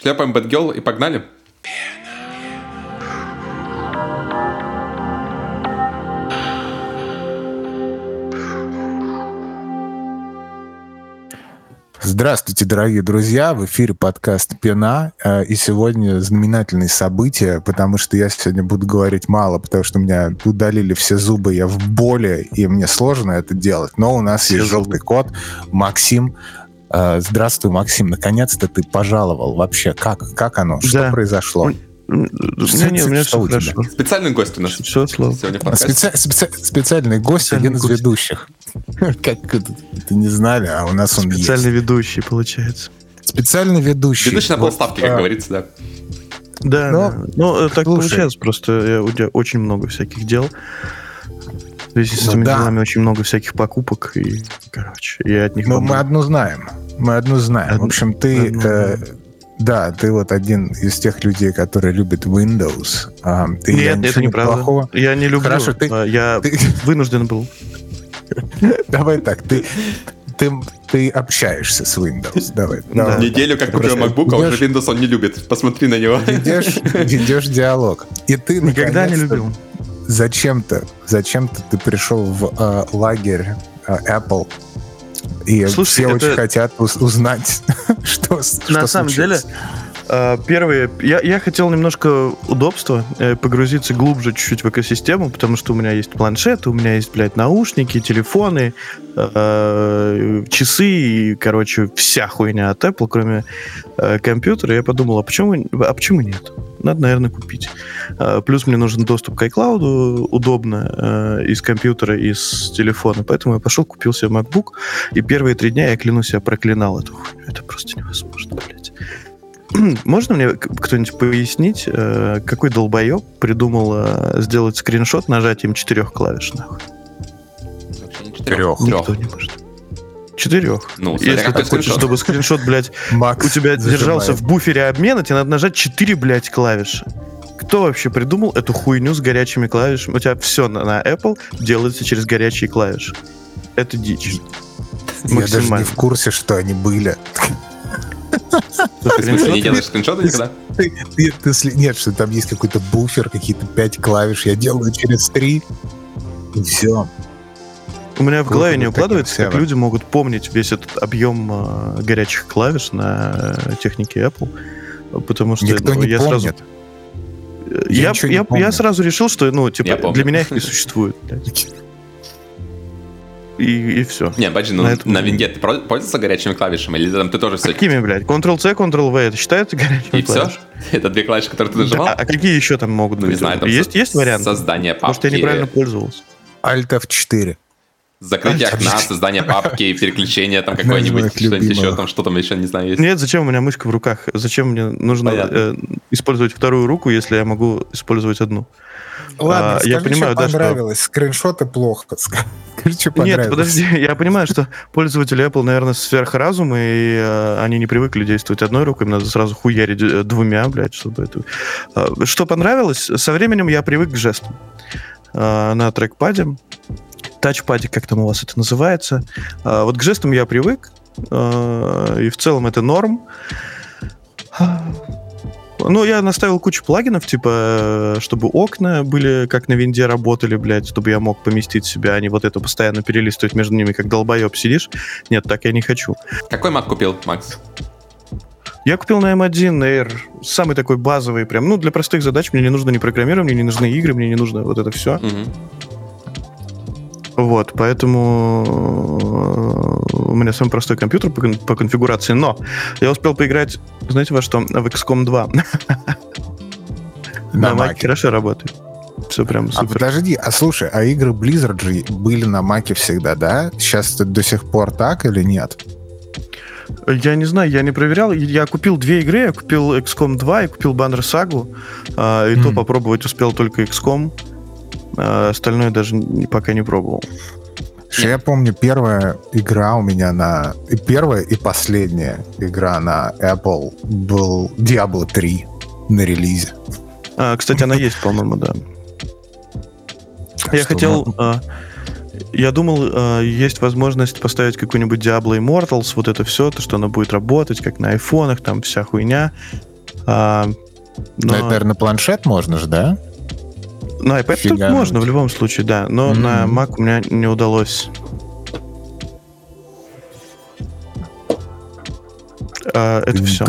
Шлепаем Бэтгелл и погнали. Здравствуйте, дорогие друзья! В эфире подкаст «Пена». И сегодня знаменательные события, потому что я сегодня буду говорить мало, потому что у меня удалили все зубы, я в боли, и мне сложно это делать. Но у нас есть желтый кот Максим. Здравствуй, Максим. Наконец-то ты пожаловал. Вообще, как оно? Что произошло? У меня все хорошо. Специальный гость у нас сегодня в подкасте. Специальный гость, один из ведущих. Как это не знали, а у нас он есть. Специальный ведущий, получается. Специальный ведущий. Ведущий на полставки, как говорится, да. Да. Ну, так получается, просто у тебя очень много всяких дел. В связи с этими делами очень много всяких покупок, и, короче, я от них... Ну, мы одну знаем. В общем, ты вот один из тех людей, которые любят Windows. Нет, это неправда. Плохого. Я не люблю. Хорошо, я вынужден был. Давай так, ты общаешься с Windows. Давай. Неделю как купил MacBook, а уже Windows он не любит. Посмотри на него. Ведешь диалог. И ты никогда не любил. Зачем-то ты пришел в лагерь Apple. И слушай, все очень хотят узнать, что на самом деле, первые... Я хотел немножко удобства, погрузиться глубже чуть-чуть в экосистему, потому что у меня есть планшет, у меня есть, наушники, телефоны, часы и, короче, вся хуйня от Apple, кроме компьютера. Я подумал, а почему нет? Надо, наверное, купить. Плюс мне нужен доступ к iCloud удобно из компьютера, из телефона. Поэтому я пошел, купил себе MacBook, и первые 3 дня, я клянусь, я проклинал эту хуйню. Это просто невозможно, блядь. Можно мне кто-нибудь пояснить, какой долбоеб придумал сделать скриншот нажатием 4 клавиш, нахуй? 4. Никто не может. 4. Ну, если ты хочешь, чтобы скриншот, блядь, у тебя держался в буфере обмена, тебе надо нажать 4, блядь, клавиши. Кто вообще придумал эту хуйню с горячими клавишами? У тебя все на Apple делается через горячие клавиши. Это дичь. Я даже не в курсе, что они были. Ты не делаешь скриншоты никогда? Нет, что там есть какой-то буфер, какие-то 5 клавиш. Я делаю через 3, и все. У меня в голове не укладывается, как люди могут помнить весь этот объем горячих клавиш на технике Apple, потому что никто не помнит. Я сразу решил, что для меня их не существует. И все. Не, баджи, на винде ты пользуешься горячими клавишами? Или там ты тоже все... Какими, блядь? Ctrl-C, Ctrl-V, это считается горячими клавишами? И все? Это 2 клавиши, которые ты нажимал? Да, а какие еще там могут быть? Не знаю, там есть варианты? Создание папки. Может, я неправильно пользовался. Alt F4. Закрытие окна, создание папки, переключение там какое-нибудь, что-нибудь еще, там что там еще, не знаю, есть. Нет, зачем у меня мышка в руках? Зачем мне нужно использовать вторую руку, если я могу использовать одну? Ладно, скажи, я понимаю, что понравилось. Скриншоты плохо. Нет, подожди, я понимаю, что пользователи Apple, наверное, сверхразум, и они не привыкли действовать одной рукой, им надо сразу хуярить 2, блядь, чтобы это... Что понравилось? Со временем я привык к жестам на трекпаде. Тачпаде, как там у вас это называется. Вот к жестам я привык, и в целом это норм. Ну, я наставил кучу плагинов, типа, чтобы окна были как на винде работали, блядь, чтобы я мог поместить себя, а не вот это постоянно перелистывать между ними, как долбоеб сидишь. Нет, так я не хочу. Какой Mac купил, Макс? Я купил на M1 Air, самый такой базовый прям. Для простых задач мне не нужно ни программирование, мне не нужны игры, мне не нужно вот это все. Вот, поэтому у меня самый простой компьютер по конфигурации, но я успел поиграть, знаете во что? В XCOM 2. На Mac хорошо работает. Все прям супер. Подожди, слушай, игры Blizzard же были на Mac всегда, да? Сейчас это до сих пор так или нет? Я не знаю, я не проверял. Я купил 2 игры, я купил XCOM 2 и купил Banner Saga, и то попробовать успел только XCOM. Остальное даже пока не пробовал. Я помню, первая игра у меня первая и последняя игра на Apple был Diablo 3 на релизе. Кстати, она есть, по-моему, да. Я думал, есть возможность поставить какой-нибудь Diablo Immortals, вот это все, то, что она будет работать, как на айфонах, там вся хуйня. Но это, наверное, планшет можно же, да? На iPad тут можно в любом случае, да. Но на Mac у меня не удалось. Это все.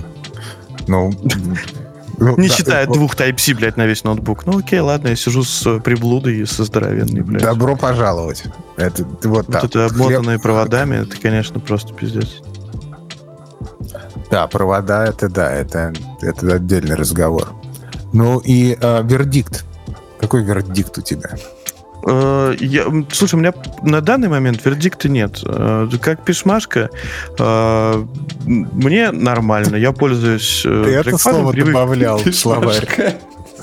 Не считая двух Type-C, блядь, на весь ноутбук. Ну окей, ладно, я сижу с приблудой и со здоровенной, блядь. Добро пожаловать. Это вот так. Это обмотанные проводами, это, конечно, просто пиздец. Да, провода, это отдельный разговор. Ну и вердикт. Какой вердикт у тебя? Слушай, у меня на данный момент вердикта нет. Как пишмашка, мне нормально. Я пользуюсь трекпадом. Ты это слово добавлял в словарь.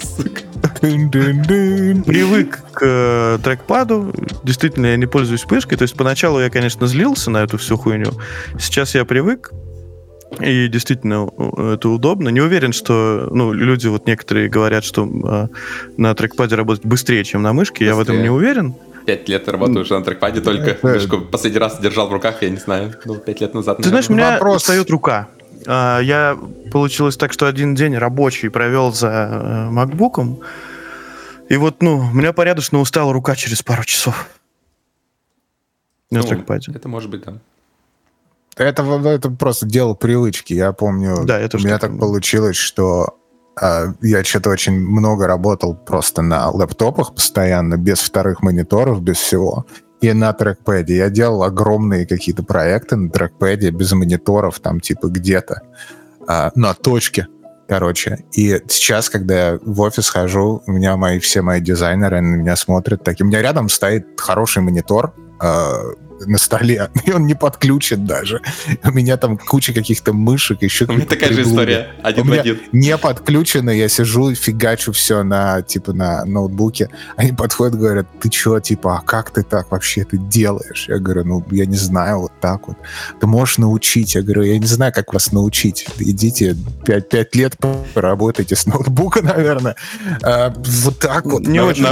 Привык к трекпаду. Действительно, я не пользуюсь пышкой. То есть поначалу я, конечно, злился на эту всю хуйню. Сейчас я привык. И действительно, это удобно. Не уверен, что люди вот некоторые говорят, что на трекпаде работать быстрее, чем на мышке. Быстрее. Я в этом не уверен. 5 лет работаю уже на трекпаде только. Мышку последний раз держал в руках, я не знаю, 5 лет назад. Ты знаешь, у меня устает рука. Получилось так, что один день рабочий провел за макбуком. И вот, у меня порядочно устала рука через пару часов. На трекпаде. Это может быть, да. Это просто дело привычки. Я помню, да, у меня так получилось, что я что-то очень много работал просто на лэптопах постоянно, без вторых мониторов, без всего. И на трекпэде. Я делал огромные какие-то проекты на трекпэде, без мониторов, там типа где-то, на точке, короче. И сейчас, когда я в офис хожу, у меня все мои дизайнеры на меня смотрят так. У меня рядом стоит хороший монитор, на столе, и он не подключен даже. У меня там куча каких-то мышек, еще. У меня такая же история, один в один. Не подключено, я сижу, фигачу все на ноутбуке. Они подходят, говорят, ты что, а как ты так вообще это делаешь? Я говорю, я не знаю, вот так вот. Ты можешь научить? Я говорю, я не знаю, как вас научить. Идите 5 лет поработайте с ноутбука, наверное. Вот так вот. Не очень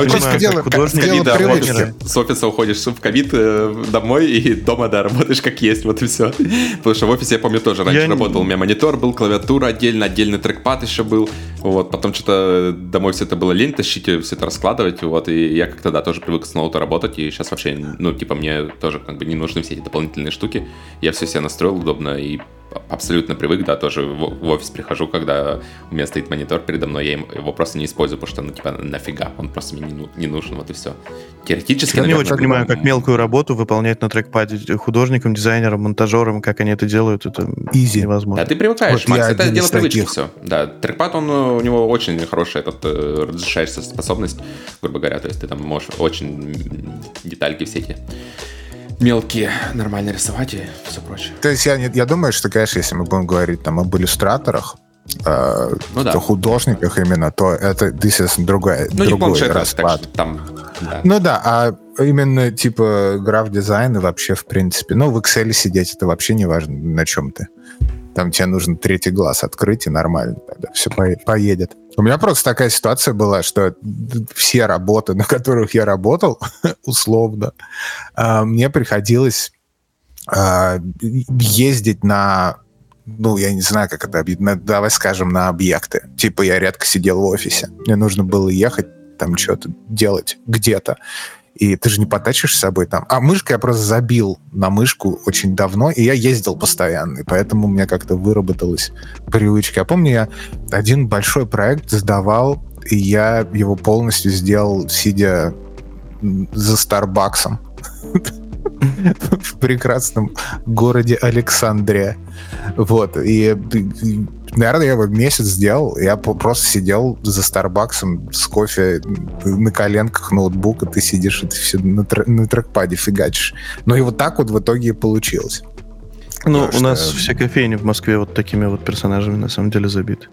с офиса уходишь в ковид домой, и дома, да, работаешь как есть, вот и все. Потому что в офисе, я помню, тоже раньше работал. У меня монитор был, клавиатура отдельный трекпад еще был. Вот, потом что-то домой все это было лень тащить, все это раскладывать. Вот, и я как-то, да, тоже привык с ноута работать. И сейчас вообще, мне тоже как бы не нужны все эти дополнительные штуки. Я все себе настроил удобно и абсолютно привык, да, тоже в офис прихожу, когда у меня стоит монитор передо мной, я его просто не использую, потому что, нафига, он просто мне не нужен, вот и все. Теоретически, я не очень понимаю, как мелкую работу выполнять на трекпаде художникам, дизайнерам, монтажерам, как они это делают, это невозможно. Да, ты привыкаешь, вот Макс, это дело привычки все. Да, трекпад, у него очень хорошая разрешающая способность, грубо говоря, то есть ты там можешь очень детальки все эти мелкие нормально рисовать и все прочее. То есть я думаю, что, конечно, если мы будем говорить там об иллюстраторах, то художниках именно, то это, естественно, другой расклад. А именно типа граф-дизайн и вообще, в принципе, в Excel сидеть, это вообще не важно, на чем ты. Там тебе нужно третий глаз открыть, и нормально тогда все поедет. У меня просто такая ситуация была, что все работы, на которых я работал, условно, мне приходилось ездить на, я не знаю, как это объяснить, давай скажем, на объекты. Типа я редко сидел в офисе. Мне нужно было ехать, там что-то делать где-то. И ты же не потачишь с собой там. А мышкой я просто забил на мышку очень давно, и я ездил постоянно, и поэтому у меня как-то выработалась привычка. Я помню, я один большой проект сдавал, и я его полностью сделал, сидя за Старбаксом в прекрасном городе Александрия. Вот. И, наверное, я его месяц сделал. Я просто сидел за Старбаксом с кофе на коленках ноутбука. Ты сидишь, и ты все на трекпаде фигачишь. Ну и вот так вот в итоге и получилось. У нас все кофейни в Москве вот такими вот персонажами на самом деле забиты.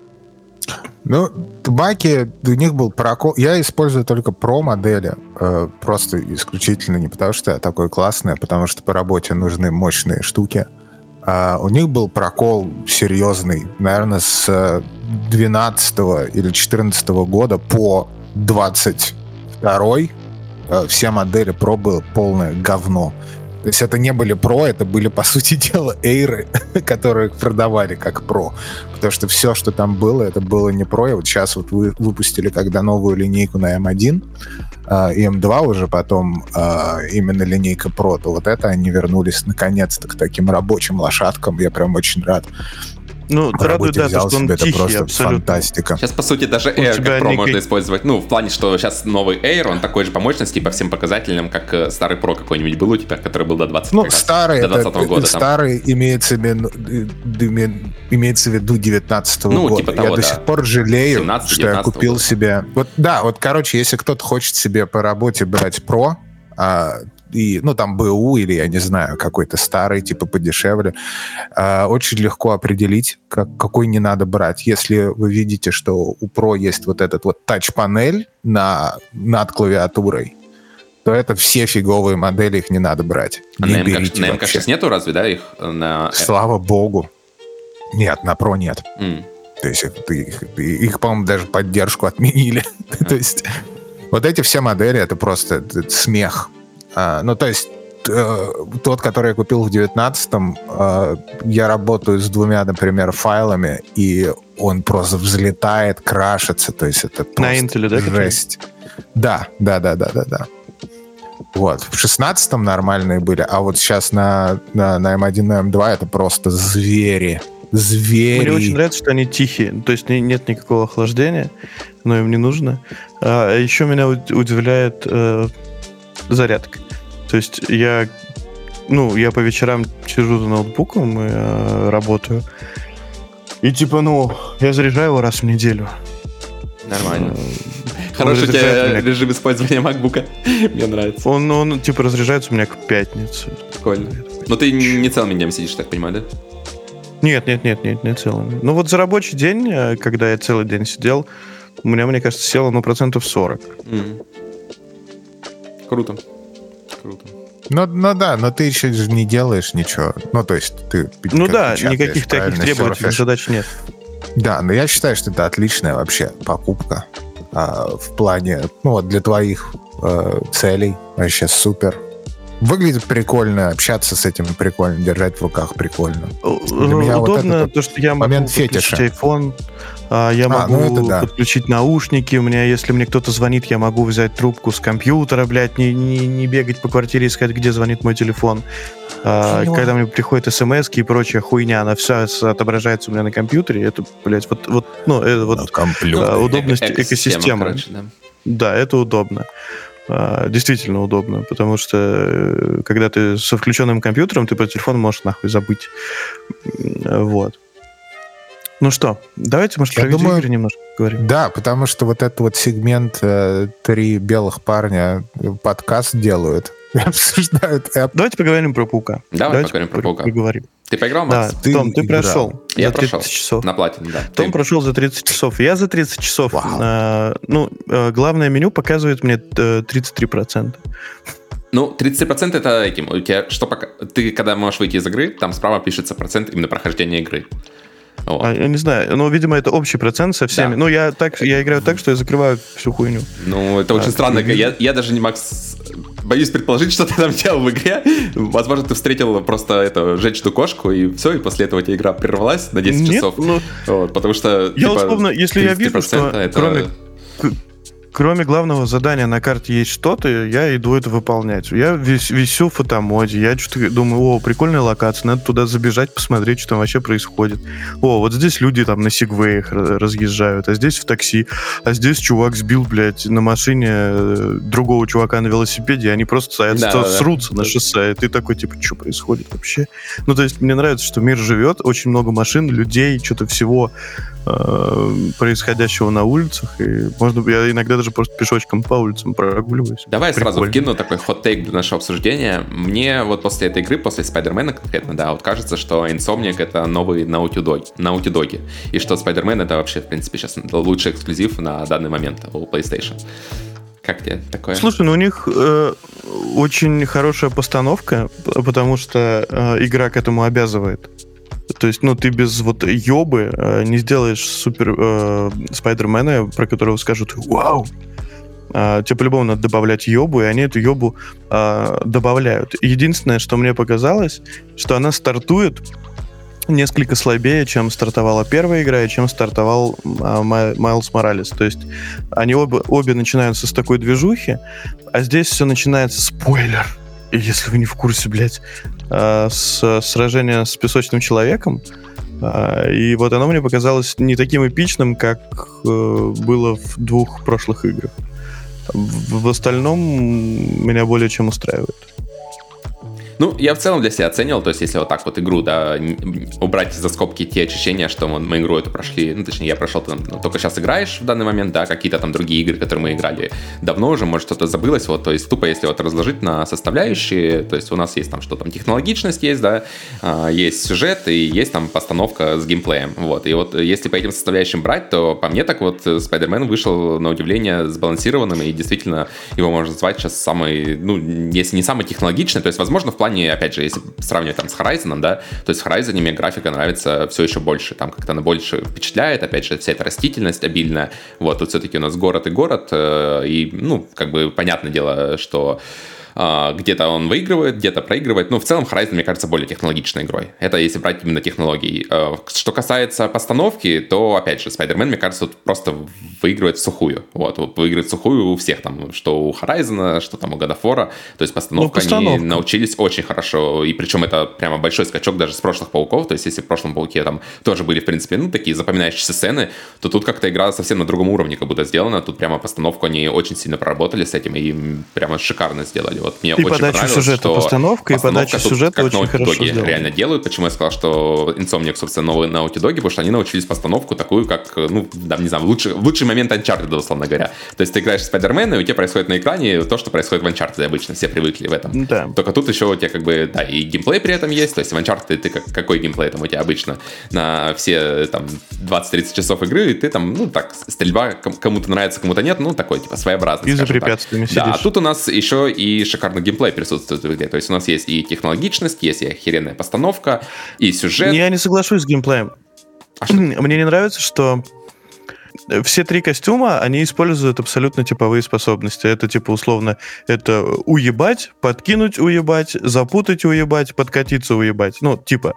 Маки, у них был прокол. Я использую только про-модели. Просто исключительно не потому, что я такой классный, а потому что по работе нужны мощные штуки. У них был прокол серьезный, наверное, с 12 или 14 года по 22 все модели Pro было полное говно. То есть это не были Pro, это были, по сути дела, Air, которые продавали как Pro. Потому что все, что там было, это было не Pro. И вот сейчас вот вы выпустили, когда новую линейку на M1 и M2 уже потом именно линейка Pro, то вот это они вернулись наконец-то к таким рабочим лошадкам. Я прям очень рад. Ну, радует, да, что он тихий, это просто абсолютно. Фантастика. Сейчас, по сути, даже Air как Pro можно использовать. Ну, в плане, что сейчас новый Air, он такой же по мощности, по всем показателям, как старый Pro какой-нибудь был у тебя, который был до 20 Ну, старый, до 20-го года. Старый имеется в виду 19-го года. Типа того, я до сих пор жалею, что я купил года. Себе... Вот, да, вот, короче, если кто-то хочет себе по работе брать Pro, и, ну, там, БУ или, я не знаю, какой-то старый, типа, подешевле, очень легко определить, какой не надо брать. Если вы видите, что у Pro есть вот этот вот тач-панель над клавиатурой, то это все фиговые модели, их не надо брать. А не на МК сейчас нету разве, да, их? Слава богу. Нет, на Pro нет. То есть их, по-моему, даже поддержку отменили. То есть вот эти все модели, это просто смех. Ну, то есть тот, который я купил в 19-м, я работаю с 2, например, файлами, и он просто взлетает, крашится. То есть это просто на Intel, да, жесть. Да. Вот. В 16-м нормальные были, а вот сейчас на M1, на M2 это просто звери. Мне очень нравится, что они тихие, то есть нет никакого охлаждения, но им не нужно. А еще меня удивляет зарядка. То есть я по вечерам сижу за ноутбуком и работаю. И типа, я заряжаю его раз в неделю. Нормально. Хороший у тебя режим использования MacBook'а. Мне нравится. Он типа разряжается у меня к пятнице. Прикольно. Но ты не целыми днями сидишь, так понимаю, да? Нет, не целыми. Ну вот за рабочий день, когда я целый день сидел, у меня, мне кажется, село 40%. Круто. Ну да, но ты еще же не делаешь ничего. Ну, то есть ты... Ну да, никаких таких требовательных задач нет. Да, но я считаю, что это отличная вообще покупка в плане, для твоих целей. Вообще супер. Выглядит прикольно, общаться с этим прикольно, держать в руках прикольно. Для меня удобно вот то, что я могу подключить iPhone, я могу подключить наушники, у меня, если мне кто-то звонит, я могу взять трубку с компьютера, блядь, не бегать по квартире, искать, где звонит мой телефон. Когда мне приходят смс-ки и прочая хуйня, она вся отображается у меня на компьютере, это, блядь, удобность экосистемы. Короче, да. Да, это удобно. Действительно удобно, потому что когда ты со включенным компьютером, ты по телефону можешь нахуй забыть. Вот. Ну что, давайте, может, про видеоигры немножко поговорим. Да, потому что вот этот вот сегмент «Три белых парня» подкаст делают. Обсуждают. Давайте поговорим про Паука. Давайте поговорим про Паука. Поговорим. Ты поиграл, Макс? Да, Том, ты прошел я за 30 часов. На платине, да. Том прошел за 30 часов. Я за 30 часов. Главное меню показывает мне 33%. Ну, 33% это этим. У тебя что пока... Ты, когда можешь выйти из игры, там справа пишется процент именно прохождения игры. Вот. Я не знаю, но, видимо, это общий процент со всеми. Да. Ну, я играю так, что я закрываю всю хуйню. Ну, это очень странно. Я даже не могу... Боюсь предположить, что ты там делал в игре. Возможно, ты встретил просто женщину-кошку, и все, и после этого у тебя игра прервалась на 10 часов. Вот, потому что... Я условно, если я вижу, что кроме главного задания на карте есть что-то, я иду это выполнять. Я висю в фотомоде, я что-то думаю, прикольная локация, надо туда забежать, посмотреть, что там вообще происходит. Вот здесь люди там на сегвеях разъезжают, а здесь в такси, а здесь чувак сбил, блядь, на машине другого чувака на велосипеде, и они просто срутся на шоссе, и ты такой, типа, что происходит вообще? Ну, то есть мне нравится, что мир живет, очень много машин, людей, что-то всего происходящего на улицах, и я иногда даже просто пешочком по улицам прогуливаюсь. Давай сразу вкину такой хот-тейк для нашего обсуждения. Мне вот после этой игры, после Спайдермена конкретно, да, вот кажется, что Insomniac — это новые Naughty Dog, и что Spider-Man — это вообще, в принципе, сейчас лучший эксклюзив на данный момент у PlayStation. Как тебе такое? Слушай, у них очень хорошая постановка, потому что игра к этому обязывает. То есть, ты без ёбы не сделаешь супер Спайдермена, про которого скажут «Вау!». тебе по-любому надо добавлять ёбу, и они эту ёбу добавляют. Единственное, что мне показалось, что она стартует несколько слабее, чем стартовала первая игра и чем стартовал Майлз Моралес. То есть они обе начинаются с такой движухи, а здесь все начинается, спойлер, если вы не в курсе, блядь, с сражения с песочным человеком. И вот оно мне показалось не таким эпичным, как было в 2 прошлых играх. В остальном меня более чем устраивает. Ну, я в целом для себя оценил, то есть если вот так вот игру, да, убрать за скобки те ощущения, что мы игру эту прошли, ну, точнее, я прошел, ты только сейчас играешь в данный момент, да, какие-то там другие игры, которые мы играли давно уже, может, что-то забылось, вот, то есть тупо если вот разложить на составляющие, то есть у нас есть там что там, технологичность есть, да, есть сюжет и есть там постановка с геймплеем, вот, и вот если по этим составляющим брать, то по мне так вот Spider-Man вышел на удивление сбалансированным, и действительно его можно назвать сейчас самый, ну, если не самый технологичный, то есть, возможно, в плане, опять же, если сравнивать там с Horizon, да, то есть в Horizon мне графика нравится все еще больше, там как-то она больше впечатляет, опять же, вся эта растительность обильная, вот, тут все-таки у нас город и город, и, ну, как бы понятное дело, что где-то он выигрывает, где-то проигрывает. Ну, в целом, Horizon, мне кажется, более технологичной игрой. Это если брать именно технологии. Что касается постановки, то, опять же, Spider-Man, мне кажется, вот просто выигрывает в сухую. Вот, выигрывает в сухую у всех там, что у Horizon, что там у God of War. То есть постановка они научились очень хорошо. И причем это прямо большой скачок даже с прошлых Пауков. То есть если в прошлом Пауке там тоже были, в принципе, ну, такие запоминающиеся сцены, то тут как-то игра совсем на другом уровне как будто сделана. Тут прямо постановку они очень сильно проработали с этим и прямо шикарно сделали. Вот мне и очень подача сюжета, постановка и подача сюжета очень хорошо сделана. Реально делают. Почему я сказал, что Insomniac, собственно, новые Naughty Dog, потому что они научились постановку такую, как, ну, да, не знаю, в лучший момент Uncharted, условно говоря. То есть ты играешь в Spider-Man, и у тебя происходит на экране то, что происходит в Uncharted обычно. Все привыкли в этом. Да. Только тут еще у тебя как бы, да, и геймплей при этом есть. То есть в Uncharted ты какой геймплей там у тебя обычно на все там 20-30 часов игры, и ты там, ну, так, стрельба кому-то нравится, кому-то нет, ну, такой, типа, своеобразный. И за препятствиями сидишь. Да, а тут у нас еще и шикарный геймплей присутствует в игре. То есть у нас есть и технологичность, есть и охеренная постановка, и сюжет. Я не соглашусь с геймплеем. Мне не нравится, что все 3 костюма, они используют абсолютно типовые способности. Это типа условно, это уебать, подкинуть уебать, запутать уебать, подкатиться уебать. Ну, типа.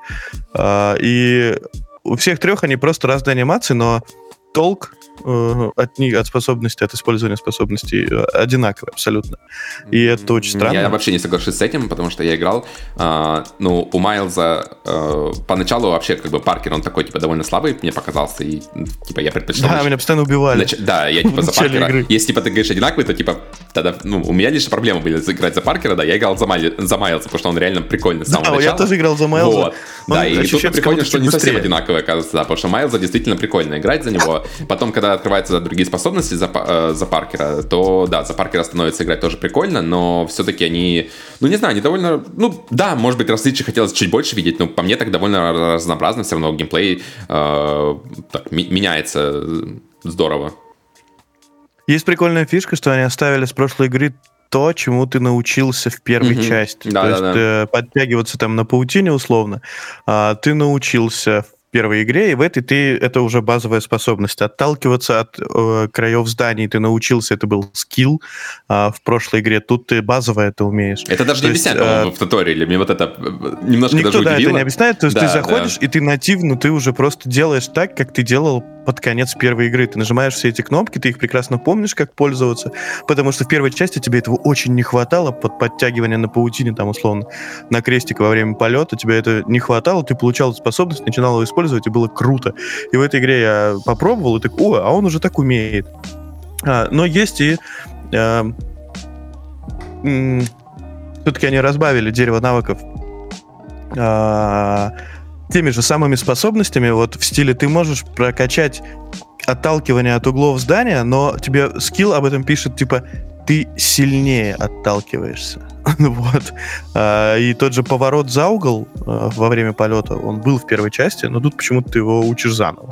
И у всех 3 они просто разные анимации, но толк от способности, от использования способностей одинаковый абсолютно. И это очень странно. Я вообще не соглашусь с этим, потому что я играл, ну, у Майлза поначалу вообще как бы Паркер, он такой, типа, довольно слабый, мне показался, и, типа, я предпочитал... Да, меня постоянно убивали. Да, я, типа, за Паркера... Игры. Если, типа, ты говоришь одинаковый, то, типа, тогда, ну, у меня лишь проблемы были играть за Паркера, да, я играл за Майлза, потому что он реально прикольный с самого начала. Я тоже играл за Майлза. Вот. Да, и тут прикольно, что не совсем одинаковый, оказывается, да, потому что Майлза действительно прикольно играть за него. Потом, когда открываются другие способности за Паркера, то, да, за Паркера становится играть тоже прикольно, но все-таки они, ну, не знаю, они довольно, ну, да, может быть, различий хотелось чуть больше видеть, но по мне так довольно разнообразно, все равно геймплей так, меняется здорово. Есть прикольная фишка, что они оставили с прошлой игры то, чему ты научился в первой части. Да, то есть подтягиваться там на паутине условно, ты научился в первой игре, и в этой это уже базовая способность. Отталкиваться от краев зданий ты научился, это был скилл в прошлой игре. Тут ты базово это умеешь. Это даже не объясняют, по-моему, в туториале. Мне вот это немножко никто, даже удивило. Никто, это не объясняет. То есть ты заходишь, и ты нативно, ты уже просто делаешь так, как ты делал под конец первой игры. Ты нажимаешь все эти кнопки, ты их прекрасно помнишь, как пользоваться, потому что в первой части тебе этого очень не хватало, под подтягивание на паутине, там, условно, на крестик во время полета, тебе это не хватало, ты получал способность, начинал его использовать, и было круто. И в этой игре я попробовал, и так, а он уже так умеет. Но есть и... все-таки они разбавили дерево навыков теми же самыми способностями, вот в стиле ты можешь прокачать отталкивание от углов здания, но тебе скилл об этом пишет, типа, ты сильнее отталкиваешься. Вот. И тот же поворот за угол во время полета, он был в первой части, но тут почему-то ты его учишь заново.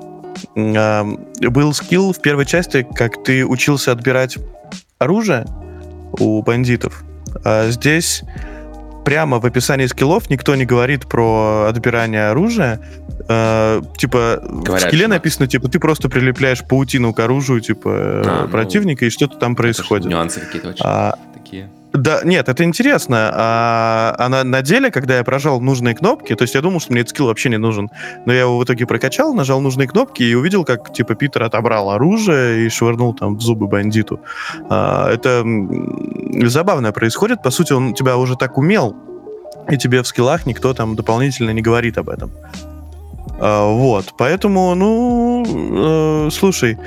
Был скилл в первой части, как ты учился отбирать оружие у бандитов. А здесь прямо в описании скиллов никто не говорит про отбирание оружия. Типа, говорят, в скилле написано, типа, ты просто прилепляешь паутину к оружию, типа, противника, и что-то там происходит. Нюансы какие-то очень такие. Да, нет, это интересно. А на деле, когда я прожал нужные кнопки, то есть я думал, что мне этот скилл вообще не нужен, но я его в итоге прокачал, нажал нужные кнопки и увидел, как, типа, Питер отобрал оружие и швырнул там в зубы бандиту. Это забавно происходит. По сути, он тебя уже так умел, и тебе в скиллах никто там дополнительно не говорит об этом. Вот, поэтому, слушай,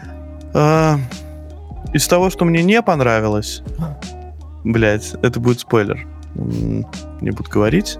из того, что мне не понравилось... Блять, это будет спойлер. Не буду говорить.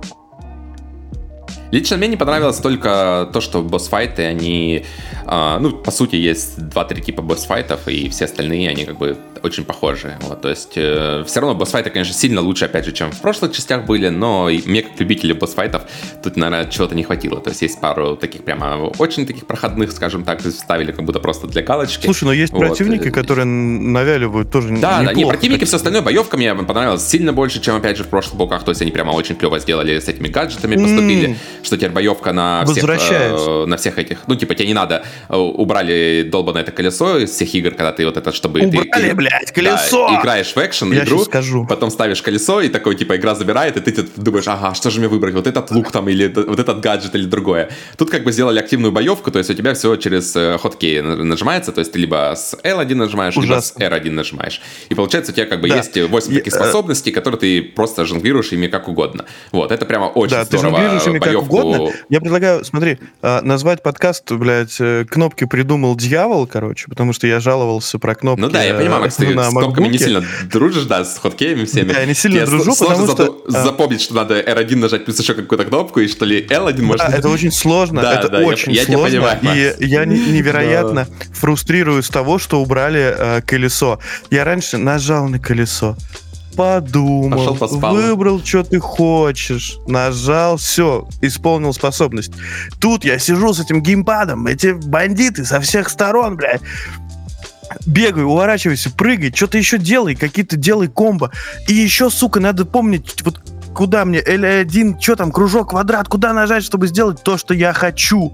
Лично мне не понравилось только то, что босс-файты, они... по сути, есть 2-3 типа босс-файтов, и все остальные, они как бы очень похожи. Вот, то есть, все равно босс-файты, конечно, сильно лучше, опять же, чем в прошлых частях были, но мне, как любителю босс-файтов, тут, наверное, чего-то не хватило. То есть, есть пару таких прямо очень таких проходных, скажем так, ставили как будто просто для галочки. Слушай, но есть противники, которые навяливают тоже неплохо. Да, противники, все остальное, боевка мне понравилась сильно больше, чем, опять же, в прошлых боках. То есть, они прямо очень клево сделали, с этими гаджетами поступили, что теперь боевка на всех этих... тебе не надо, убрали долбанное это колесо из всех игр, когда ты вот это, чтобы... Убрали, блядь, колесо! Да, играешь в экшен игру, потом ставишь колесо, и такой, типа, игра забирает, и ты думаешь, ага, что же мне выбрать, вот этот лук там, или вот этот гаджет, или другое. Тут как бы сделали активную боевку, то есть у тебя все через хоткей нажимается, то есть ты либо с L1 нажимаешь, либо с R1 нажимаешь. И получается, у тебя как бы есть 8 таких способностей, которые ты просто жонглируешь ими как угодно. Вот, это прямо очень здорово. Боевку... Я предлагаю, смотри, назвать подкаст, блядь, кнопки придумал дьявол, короче, потому что я жаловался про кнопки. Ну да, я понимаю, Макс, ты с кнопками не сильно дружишь, да, с хоткеями всеми. Да, я не сильно дружу, потому что... запомнить, что надо R1 нажать плюс еще какую-то кнопку, и что ли L1 можно... Да, это очень сложно, это очень сложно, и я невероятно фрустрируюсь с того, что убрали колесо. Я раньше нажал на колесо, подумал, выбрал, что ты хочешь, нажал, все, исполнил способность. Тут я сижу с этим геймпадом, эти бандиты со всех сторон, блядь, бегай, уворачивайся, прыгай, что-то еще делай, какие-то делай комбо. И еще, сука, надо помнить, вот куда мне, L1, что там, кружок, квадрат, куда нажать, чтобы сделать то, что я хочу.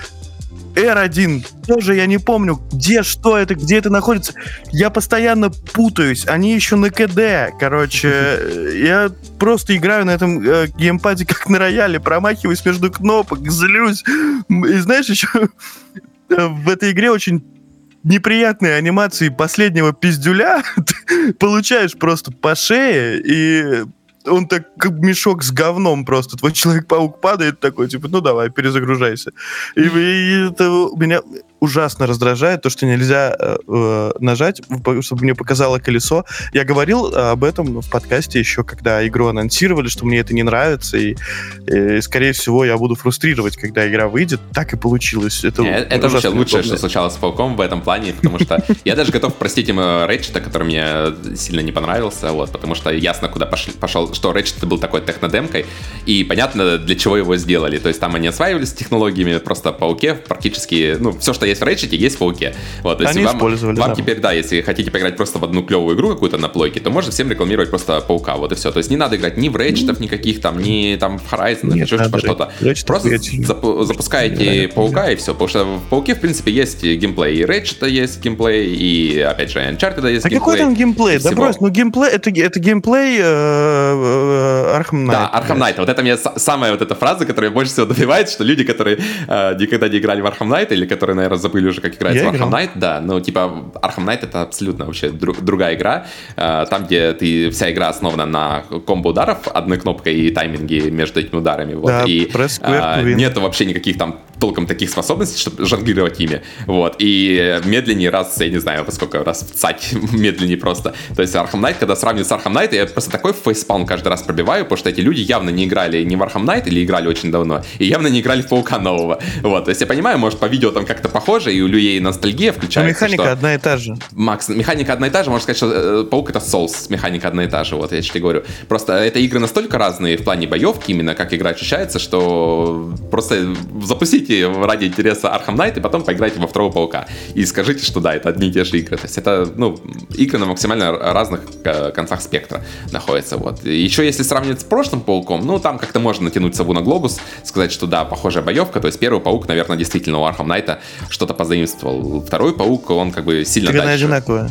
R1, тоже я не помню, где это находится. Я постоянно путаюсь, они еще на КД, короче. Я просто играю на этом геймпаде как на рояле, промахиваюсь между кнопок, злюсь. И знаешь, еще в этой игре очень неприятные анимации последнего пиздюля. Ты получаешь просто по шее, и он так как мешок с говном просто. Твой Человек-паук падает такой, типа, ну давай, перезагружайся. И это меня ужасно раздражает, то, что нельзя нажать, чтобы мне показало колесо. Я говорил об этом в подкасте еще, когда игру анонсировали, что мне это не нравится, и скорее всего, я буду фрустрировать, когда игра выйдет. Так и получилось. Это вообще лучшее, что случалось с Пауком в этом плане, потому что я даже готов простить им Ratchet, который мне сильно не понравился, вот, потому что ясно, куда пошел, что Ratchet был такой технодемкой, и понятно, для чего его сделали. То есть там они осваивались технологиями, просто в Пауке практически, все, что есть в Ratchet, есть в Пауке. Вот, то есть вам теперь, да, если хотите поиграть просто в одну клевую игру какую-то на плойке, то можно всем рекламировать просто Паука, вот и все. То есть не надо играть ни в Ratchet'ов никаких там, ни там в Horizon, ни еще что-то. Просто запускаете Паука и все, потому что в Пауке, в принципе, есть геймплей, и Ratchet'а есть геймплей, и, опять же, Uncharted есть геймплей. А какой там геймплей? Да брось, геймплей, это геймплей Arkham Knight. Да, Arkham Knight. Вот это мне самая вот эта фраза, которая больше всего добивает, что люди, которые никогда не играли в Arkham Knight, или которые, наверное, забыли уже, как играть в Arkham Knight, да, Arkham Knight — это абсолютно вообще другая игра, там, где ты вся игра основана на комбо-ударов одной кнопкой и тайминге между этими ударами, вот, да, и нету вообще никаких там толком таких способностей, чтобы жонглировать ими, вот, и медленнее раз, я не знаю, во сколько раз вцать медленнее просто. То есть Arkham Knight, когда сравниваю с Arkham Knight, я просто такой фейспалм каждый раз пробиваю, потому что эти люди явно не играли ни в Arkham Knight, или играли очень давно, и явно не играли в Паука нового. Вот, то есть я понимаю, может, по видео там как-то похоже, и у людей ностальгия включается. Но механика одна и та же. Макс, механика одна и та же, можно сказать, что Паук — это Souls, механика одна и та же, вот, я тебе говорю. Просто это игры настолько разные в плане боевки, именно как игра ощущается, что просто запустить купите ради интереса Arkham Knight и потом поиграйте во второго Паука. И скажите, что да, это одни и те же игры. То есть это, игры на максимально разных концах спектра находятся. Вот. Еще если сравнивать с прошлым Пауком, там как-то можно натянуть сову на глобус, сказать, что да, похожая боевка. То есть первый Паук, наверное, действительно у Arkham Knight что-то позаимствовал. Второй Паук, он как бы сильно дальше. Она одинаковая.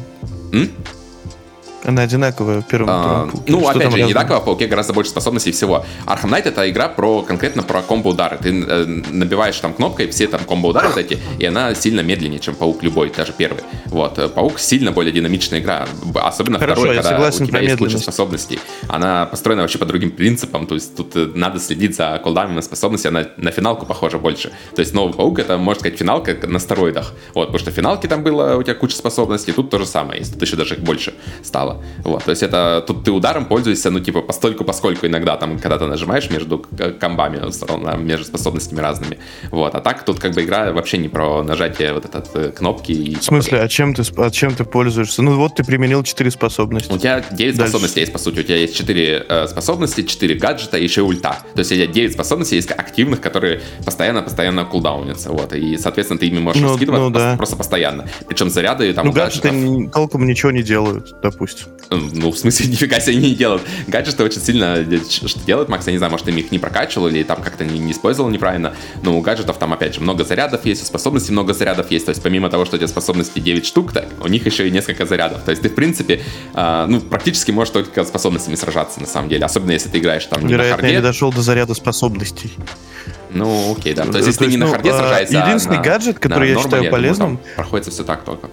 Она одинаковая в первом Пауке. Опять же, одинаково, в Пауке гораздо больше способностей всего. Arkham Knight — это игра конкретно про комбо-удары. Ты набиваешь там кнопкой все там комбо-удары вот эти, и она сильно медленнее, чем Паук любой, даже первый. Вот. Паук сильно более динамичная игра, особенно второй, когда у тебя есть куча способностей. Она построена вообще по другим принципам, то есть тут надо следить за колдами на способности, она на финалку похожа больше. То есть новый Паук — это, можно сказать, финалка на стероидах. Вот, потому что в финалке там было у тебя куча способностей, тут то же самое, тут еще даже их больше стало. Вот, то есть это тут ты ударом пользуешься, поскольку иногда там, когда ты нажимаешь между комбами, между способностями разными. Вот, а так тут как бы игра вообще не про нажатие вот этой кнопки. В смысле, а чем ты пользуешься? Вот ты применил 4 способности. У тебя 9 способностей есть, по сути. У тебя есть 4 способности, 4 гаджета и еще ульта. То есть у тебя 9 способностей есть активных, которые постоянно кулдаунятся. Вот, и, соответственно, ты ими можешь скидывать просто постоянно. Причем заряды там... гаджеты толком ничего не делают, допустим. В смысле, нифига себе не делают. Гаджеты очень сильно что делают, Макс, я не знаю, может, им их не прокачивал или там как-то не использовал неправильно, но у гаджетов там, опять же, много зарядов есть, у способностей много зарядов есть, то есть помимо того, что у тебя способности 9 штук, так, у них еще и несколько зарядов, то есть ты, в принципе, практически можешь только способностями сражаться, на самом деле, особенно если ты играешь там не на харде. Я не дошел до заряда способностей. Окей, да. То есть, если ты не на харде сражаешься, единственный гаджет, который я считаю полезным, проходится все так только.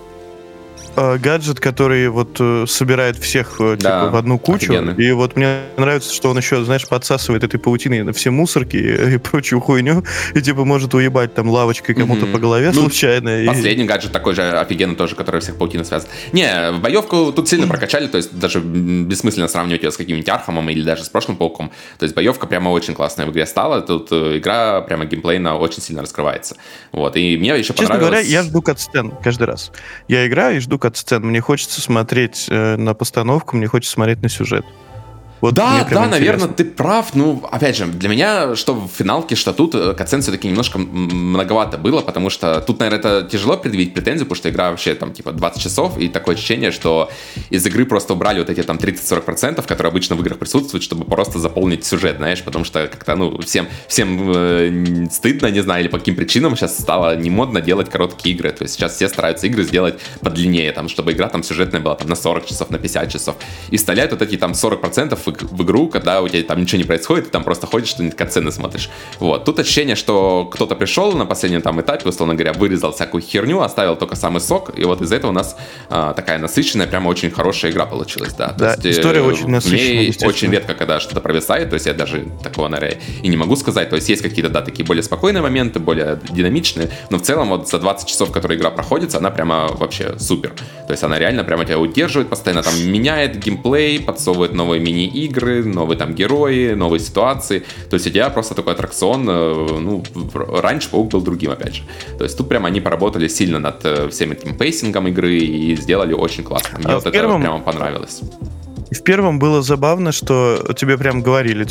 Гаджет, который собирает всех в одну кучу. Офигенно. И мне нравится, что он еще, знаешь, подсасывает этой паутиной все мусорки и прочую хуйню, и может уебать там лавочкой кому-то по голове случайно. Последний гаджет такой же офигенный тоже, который всех паутиной связывает. Не, боевку тут сильно прокачали, то есть даже бессмысленно сравнивать ее с каким-нибудь Архамом или даже с прошлым Пауком. То есть боевка прямо очень классная в игре стала, тут игра прямо геймплейно очень сильно раскрывается. Вот, и мне еще Честно понравилось... говоря, я жду катсцен каждый раз. Я играю и жду катсцен. Мне хочется смотреть на постановку, мне хочется смотреть на сюжет. Да, наверное, ты прав. Опять же, для меня, что в финалке, что тут, катсцен все-таки немножко многовато было, потому что тут, наверное, это тяжело предъявить претензию, потому что игра вообще там 20 часов, и такое ощущение, что из игры просто убрали эти там 30-40%, которые обычно в играх присутствуют, чтобы просто заполнить сюжет, знаешь, потому что как-то, всем стыдно, не знаю, или по каким причинам сейчас стало не модно делать короткие игры, то есть сейчас все стараются игры сделать подлиннее, там, чтобы игра там сюжетная была там на 40 часов, на 50 часов, и вставляют эти там 40% в игру, когда у тебя там ничего не происходит, ты там просто ходишь, что-нибудь катсцены смотришь. Вот. Тут ощущение, что кто-то пришел на последнем там этапе, условно говоря, вырезал всякую херню, оставил только самый сок, и из-за этого у нас такая насыщенная, прямо очень хорошая игра получилась, да. Да, то есть, история очень насыщенная. Мне очень редко, когда что-то провисает, то есть я даже такого, наверное, и не могу сказать, то есть есть какие-то, да, такие более спокойные моменты, более динамичные, но в целом за 20 часов, которые игра проходится, она прямо вообще супер. То есть она реально прямо тебя удерживает, постоянно там меняет геймплей, подсовывает новые мини-игры, новые там герои, новые ситуации. То есть у тебя просто такой аттракцион. Раньше Паук был другим, опять же. То есть тут прямо они поработали сильно над всем этим пейсингом игры и сделали очень классно. Мне это прямо понравилось. В первом было забавно, что тебе прям говорили,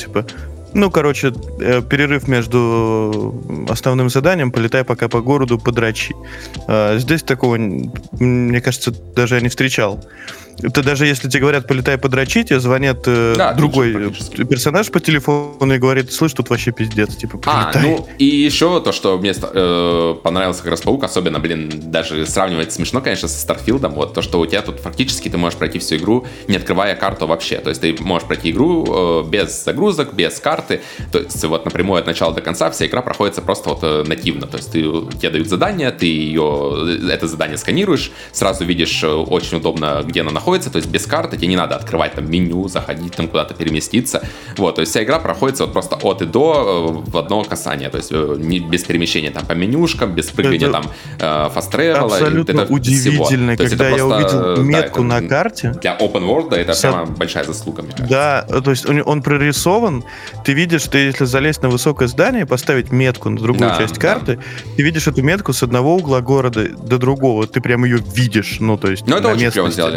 перерыв между основным заданием, полетай пока по городу, подрачи. Здесь такого, мне кажется, даже я не встречал. Это даже если тебе говорят, полетай, подрачи, тебе звонят другой персонаж по телефону и говорит, слышь, тут вообще пиздец, полетай. И еще то, что мне понравился как раз Паук, особенно, даже сравнивать смешно, конечно, со Старфилдом, то, что у тебя тут фактически ты можешь пройти всю игру, не открывая карту вообще. То есть ты можешь пройти игру без загрузок, без карты. То есть напрямую от начала до конца вся игра проходится просто нативно. То есть тебе дают задание, ты это задание сканируешь, сразу видишь очень удобно, где оно находится, то есть без карты, тебе не надо открывать там меню, заходить там куда-то, переместиться. То есть вся игра проходится просто от и до в одно касание, то есть без перемещения там по менюшкам, без прыгания там фаст-тревела. Абсолютно удивительно, когда я увидел метку на карте. Для open world это прямо большая заслуга, мне кажется. Да, то есть он прорисован, ты видишь, что если залезть на высокое здание, поставить метку на другую часть карты, ты видишь эту метку с одного угла города до другого, ты прям ее видишь, то есть это очень клево сделали, да.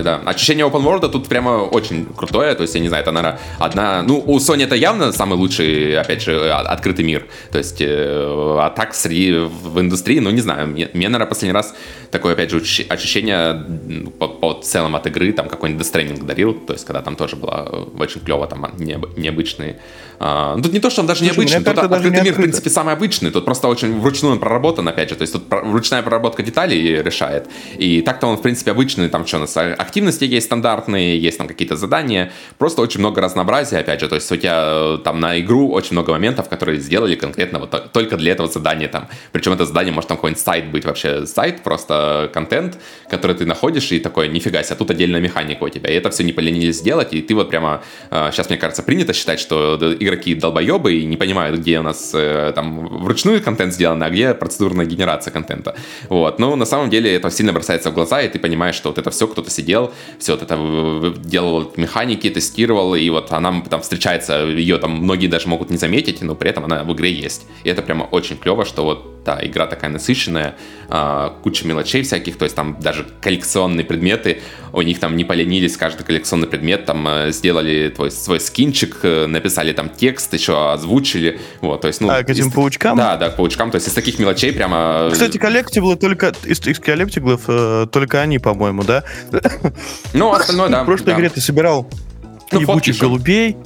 ощущение open world тут прямо очень крутое, то есть, я не знаю, это, наверное, у Sony это явно самый лучший, опять же, открытый мир, то есть, а так в индустрии, не знаю, мне, наверное, последний раз такое, опять же, ощущение по целом от игры, там, какой-нибудь Death Stranding дарил, то есть, когда там тоже было очень клево, там, необычные. Тут не то, что он даже необычный, тут открытый мир, в принципе, самый обычный, тут просто очень вручную он проработан, опять же, то есть, тут ручная проработка деталей решает, и так-то он, в принципе, обычный, там, что у нас, активности есть стандартные, есть там какие-то задания, просто очень много разнообразия, опять же, то есть, у тебя там на игру очень много моментов, которые сделали конкретно вот только для этого задания, там, причем это задание может там какой-нибудь сайт быть, вообще сайт, просто контент, который ты находишь, и такой, нифига себе, тут отдельная механика у тебя, и это все не поленились сделать, и ты вот прямо, сейчас, мне кажется, принято считать, что игроки долбоебы и не понимают, где у нас там вручную контент сделан, а где процедурная генерация контента, вот, но на самом деле это сильно бросается в глаза, и ты понимаешь, что вот это все кто-то сидел, все вот это делал механики, тестировал, и вот она там встречается, ее там многие даже могут не заметить, но при этом она в игре есть, и это прямо очень клево, что вот да, игра такая насыщенная, куча мелочей всяких, то есть там даже коллекционные предметы, у них там не поленились, каждый коллекционный предмет там сделали свой скинчик, написали там текст, еще озвучили, вот, то есть, к этим паучкам? Да, к паучкам, то есть из таких мелочей прямо... Кстати, коллектиблы только, из коллектиблов только они, по-моему, да? Остальное, да. В прошлой игре ты собирал ебучих голубей,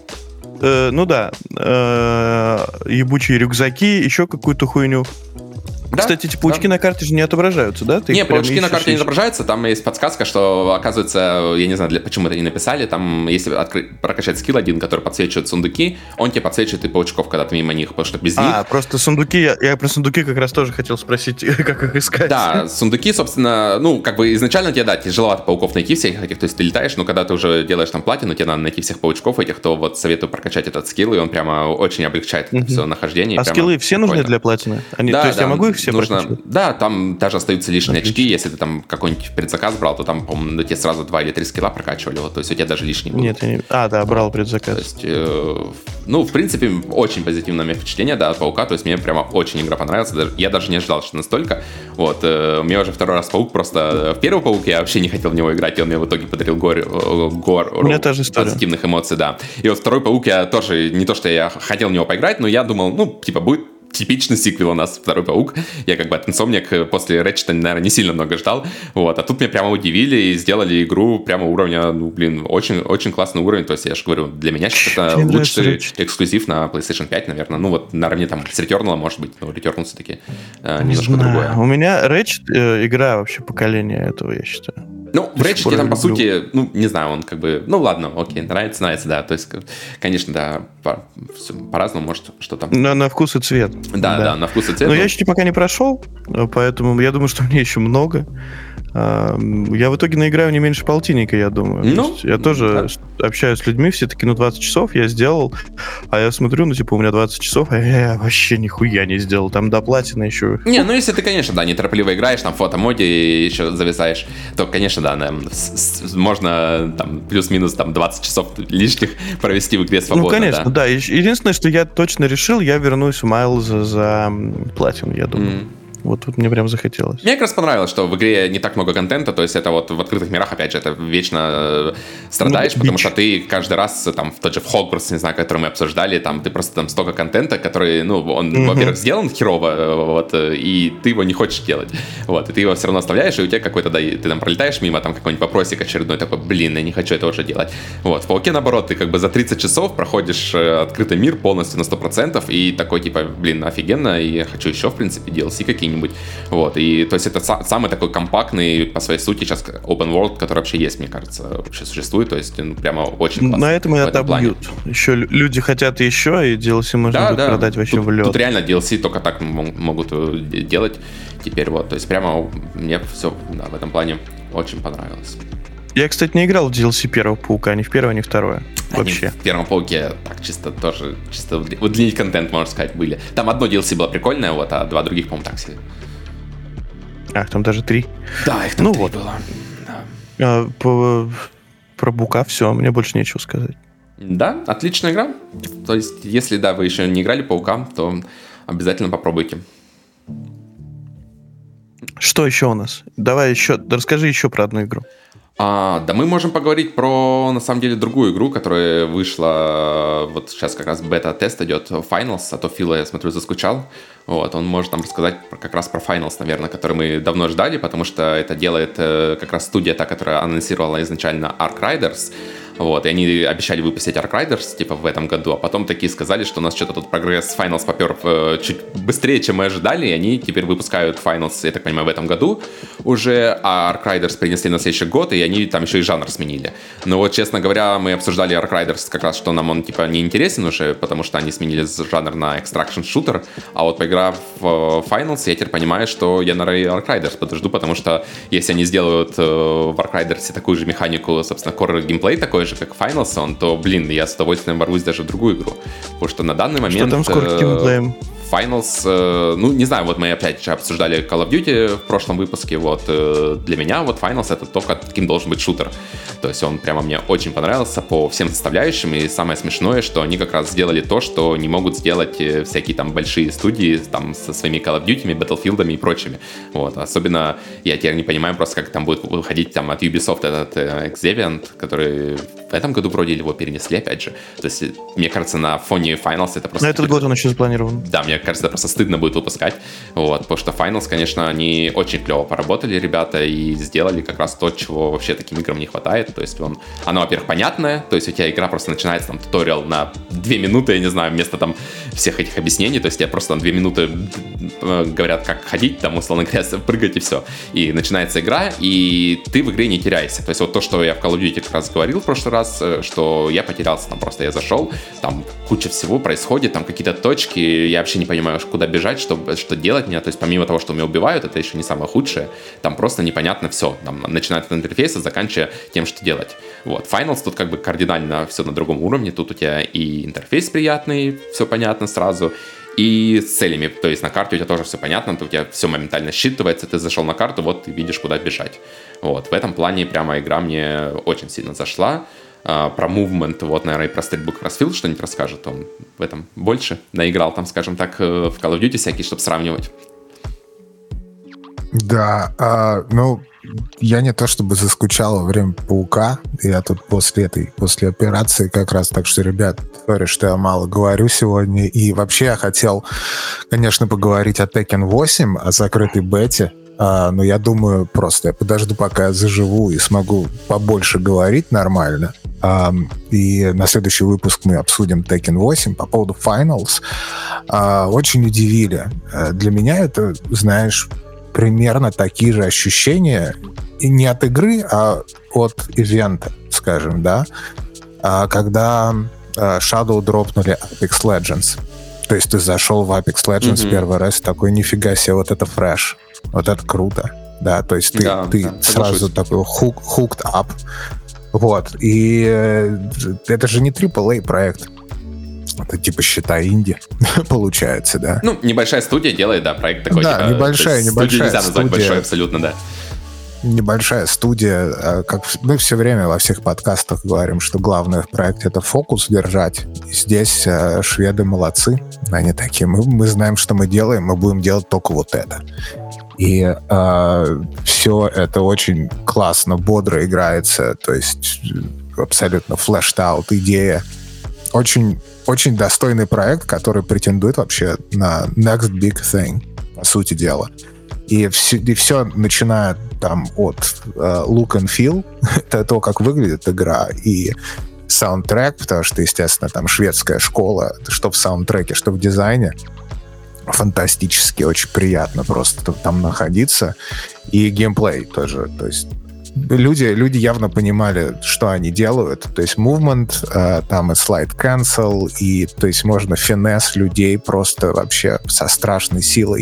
ебучие рюкзаки, еще какую-то хуйню. Да? Кстати, эти паучки на карте же не отображаются, да? Не, паучки на карте не отображаются, там есть подсказка, что, оказывается, я не знаю, почему это не написали, там, если прокачать скилл один, который подсвечивает сундуки, он тебе подсвечивает и паучков, когда ты мимо них, потому что без них... просто сундуки, я про сундуки как раз тоже хотел спросить, как их искать. Да, сундуки, собственно, изначально тебе, тяжеловато пауков найти всех этих, то есть ты летаешь, но когда ты уже делаешь там платину, тебе надо найти всех паучков этих, то вот советую прокачать этот скилл, и он прямо очень облегчает это все нахождение. А скиллы все нужны для платины? То есть я могу их все нужно, да, там даже остаются лишние очки, если ты там какой-нибудь предзаказ брал, то там, по-моему, тебе сразу 2 или 3 скилла прокачивали, вот, то есть у тебя даже лишние будут. Нет, я не... брал предзаказ. То есть, в принципе, очень позитивное у меня впечатление, да, от Паука, то есть мне прямо очень игра понравилась, я даже не ожидал, что настолько, вот, мне уже второй раз Паук, просто в первый Паук я вообще не хотел в него играть, и он мне в итоге подарил гор позитивных эмоций, да, и вот второй Паук я тоже, не то, что я хотел в него поиграть, но я думал, будет типичный сиквел у нас, второй Паук. Я как бы от Insomniac после Ratchet, наверное, не сильно много ждал. Вот. А тут меня прямо удивили и сделали игру прямо уровня, очень, очень классный уровень. То есть, я же говорю, для меня сейчас это лучший эксклюзив на PlayStation 5, наверное. Наравне там с Returnal, может быть. Но Returnal все-таки немножко другое. У меня Ratchet игра вообще поколения этого, я считаю. В Ratchet там, по сути, не знаю, он как бы... ладно, окей, нравится, да. То есть, конечно, да, по-разному, может, что там... На вкус и цвет. Да, на вкус и цвет. Но я еще пока не прошел, поэтому я думаю, что мне еще много. Я в итоге наиграю не меньше полтинника, я думаю. Я тоже общаюсь с людьми, все таки 20 часов я сделал, а я смотрю, у меня 20 часов, а я вообще нихуя не сделал. Там до платины еще... если ты, конечно, да, неторопливо играешь, там в фотомоде еще зависаешь, то, конечно, да, можно там плюс-минус там 20 часов лишних провести в игре свободно. Конечно, да. Единственное, что я точно решил, я вернусь в Майлза за платину, я думаю. Вот мне прям захотелось. Мне как раз понравилось, что в игре не так много контента, то есть это вот в открытых мирах, опять же, это вечно страдаешь, потому что ты каждый раз, там, в тот же в Хогвартс, не знаю, который мы обсуждали, там, ты просто там столько контента, который, он, во-первых, сделан херово, вот, и ты его не хочешь делать, вот, и ты его все равно оставляешь, и у тебя какой-то, да, ты там пролетаешь мимо, там, какой-нибудь вопросик очередной, такой, я не хочу этого уже делать, вот, в Пауке, наоборот, ты как бы за 30 часов проходишь открытый мир полностью на 100%, и такой, типа, офигенно, и я хочу еще, в принципе, DLC какие-нибудь. Вот, и то есть это самый такой компактный по своей сути сейчас open world, который вообще есть, мне кажется, вообще существует, то есть прямо очень классно. На этом и отобьют. Еще люди хотят еще, и DLC можно будет продать вообще в лед. Тут реально DLC только так могут делать теперь, вот, то есть прямо мне все в этом плане очень понравилось. Я, кстати, не играл в DLC первого Паука, ни в первое, ни в второе. Вообще. Они в первом Пауке так чисто удлинить контент, можно сказать, были. Там одно DLC было прикольное, вот, а 2 других, по-моему, так себе. Там даже 3. Да, их там 3 было. Да. Про Паука все, мне больше нечего сказать. Да, отличная игра. То есть, если, да, вы еще не играли в Паука, то обязательно попробуйте. Что еще у нас? Давай еще, расскажи еще про одну игру. Да мы можем поговорить про, на самом деле, другую игру, которая вышла, вот сейчас как раз бета-тест идет, Finals, а то Фила, я смотрю, заскучал. Вот, он может нам рассказать как раз про Finals, наверное, который мы давно ждали, потому что это делает как раз студия, та, которая анонсировала изначально Arc Riders. Вот, и они обещали выпустить Arc Riders, типа, в этом году, а потом такие сказали, что у нас что-то тут прогресс Finals попер чуть быстрее, чем мы ожидали, и они теперь выпускают Finals, я так понимаю, в этом году уже, а Arc Riders принесли на следующий год, и они там еще и жанр сменили. Но вот, честно говоря, мы обсуждали Arc Riders как раз, что нам он, типа, не интересен уже, потому что они сменили жанр на Extraction Shooter, а вот поиграв в Finals, я теперь понимаю, что я на Arc Riders подожду, потому что если они сделают в Arc Riders такую же механику, собственно, core геймплей такой же, как Finals, то, блин, я с удовольствием ворвусь даже в другую игру. Потому что на данный момент... Что там с core геймплеем? Finals, ну, не знаю, вот мы опять же обсуждали Call of Duty в прошлом выпуске, вот, для меня вот Finals это то, каким должен быть шутер. То есть он прямо мне очень понравился по всем составляющим, и самое смешное, что они как раз сделали то, что не могут сделать всякие там большие студии там со своими Call of Duty, Battlefield'ами и прочими. Вот, особенно я теперь не понимаю просто, как там будет выходить там от Ubisoft этот Exeviant, который в этом году вроде его перенесли опять же. То есть, мне кажется, на фоне Finals это просто... На этот год он еще запланирован. Да, мне кажется, это просто стыдно будет выпускать. Вот, потому что Finals, конечно, они очень клево поработали, ребята, и сделали как раз то, чего вообще таким играм не хватает. То есть оно, во-первых, понятное, то есть у тебя игра просто начинается, там, туториал на 2 минуты, я не знаю, вместо там всех этих объяснений, то есть тебе просто на 2 минуты говорят, как ходить, там, условно говоря, прыгать и все. И начинается игра, и ты в игре не теряешься. То есть вот то, что я в Call of Duty как раз говорил в прошлый раз, что я потерялся, там просто я зашел, там куча всего происходит, там какие-то точки, я вообще не понимаю, куда бежать, что делать мне, то есть помимо того, что меня убивают, это еще не самое худшее, там просто непонятно все, там, начиная от интерфейса, заканчивая тем, что делать. Вот, Finals тут как бы кардинально все на другом уровне, тут у тебя и интерфейс приятный, все понятно сразу, и с целями, то есть на карте у тебя тоже все понятно, у тебя все моментально считывается, ты зашел на карту, вот ты видишь, куда бежать. Вот, в этом плане прямо игра мне очень сильно зашла. Про мувмент, вот, наверное, и про стрельбу как раз Фил что-нибудь расскажет, он в этом больше наиграл, там, скажем так, в Call of Duty всякие, чтобы сравнивать. Да, ну, я не то чтобы заскучал во время Паука, я тут после операции как раз, так что, ребят, сори, что я мало говорю сегодня, и вообще я хотел, конечно, поговорить о Tekken 8, о закрытой бете, но я думаю, просто я подожду, пока я заживу и смогу побольше говорить нормально. И на следующий выпуск мы обсудим Tekken 8 по поводу Finals. Очень удивили. Для меня это, знаешь, примерно такие же ощущения и не от игры, а от ивента, скажем, да. Когда Shadow дропнули Apex Legends. То есть ты зашел в Apex Legends первый раз, такой, нифига себе, вот это фреш. Вот это круто, да, то есть ты сразу такой hooked up, вот, и это же не AAA проект, это типа, считай, инди, получается, да. Ну, небольшая студия делает, да, проект такой, да, типа, небольшая студию нельзя назвать большой, абсолютно, да. Небольшая студия, как мы все время во всех подкастах говорим, что главное в проекте — это фокус держать. И здесь шведы молодцы, они такие, мы знаем, что мы делаем, мы будем делать только вот это. И все это очень классно, бодро играется, то есть абсолютно flashed out идея. Очень, очень достойный проект, который претендует вообще на next big thing, по сути дела. И все начиная там от look and feel, это то, как выглядит игра, и саундтрек, потому что, естественно, там шведская школа, что в саундтреке, что в дизайне, фантастически, очень приятно просто там находиться. И геймплей тоже, то есть люди явно понимали, что они делают, то есть movement, там и slide cancel, и то есть можно финесс людей просто вообще со страшной силой.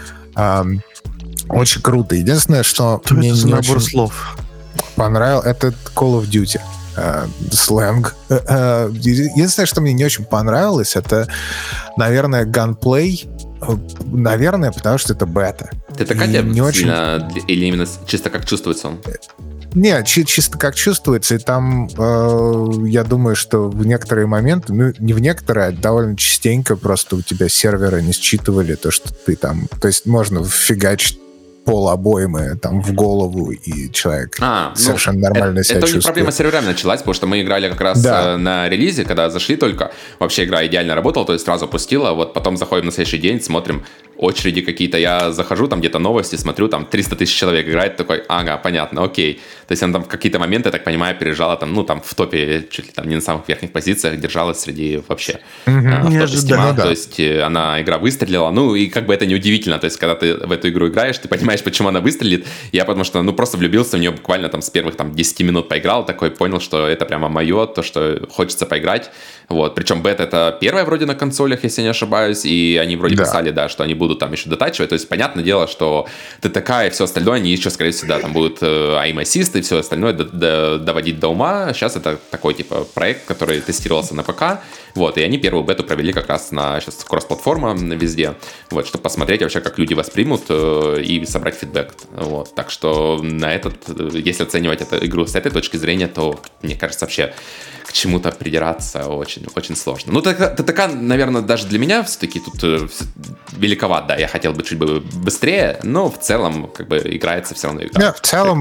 Очень круто. Единственное, что мне не очень слов понравилось, это Call of Duty. Сленг. Единственное, что мне не очень понравилось, это, наверное, ганплей. Наверное, потому что это бета. Это Катя не очень... Или именно чисто как чувствуется он? Не, чисто как чувствуется. И там, я думаю, что в некоторые моменты, ну, не в некоторые, а довольно частенько просто у тебя серверы не считывали то, что ты там... То есть можно фигачить пол обоймы там в голову, и человек совершенно нормально себя чувствует. Это у них проблема с серверами началась, потому что мы играли как раз на релизе, когда зашли только, вообще игра идеально работала, то есть сразу пустила, вот потом заходим на следующий день, смотрим, очереди какие-то, я захожу, там где-то новости, смотрю, там 300 тысяч человек играет, такой, ага, понятно, окей. То есть она там в какие-то моменты, я так понимаю, пережала там, ну, там в топе, чуть ли там не на самых верхних позициях, держалась среди вообще в топе Steam. То есть игра выстрелила, ну, и как бы это неудивительно, то есть когда ты в эту игру играешь, ты понимаешь, почему она выстрелит. Я потому что, ну, просто влюбился в нее буквально там с первых там 10 минут поиграл, такой понял, что это прямо мое, то, что хочется поиграть. Вот, причем бета это первая вроде на консолях, если не ошибаюсь, и они вроде писали, да, что они будут там еще дотачивать, то есть понятное дело, что ТТК и все остальное, они еще, скорее всего, да, там будут aim assist и все остальное доводить до ума. Сейчас это такой, типа, проект, который тестировался на ПК, вот, и они первую бету провели как раз на сейчас кросс-платформа везде, вот, чтобы посмотреть вообще, как люди воспримут и собрать фидбэк, вот, так что на этот, если оценивать эту игру с этой точки зрения, то, мне кажется, вообще к чему-то придираться очень, очень сложно. Ну, ТТК, наверное, даже для меня все-таки тут великоват, да, я хотел бы чуть быстрее, но в целом, как бы, играется все равно игра. Да, в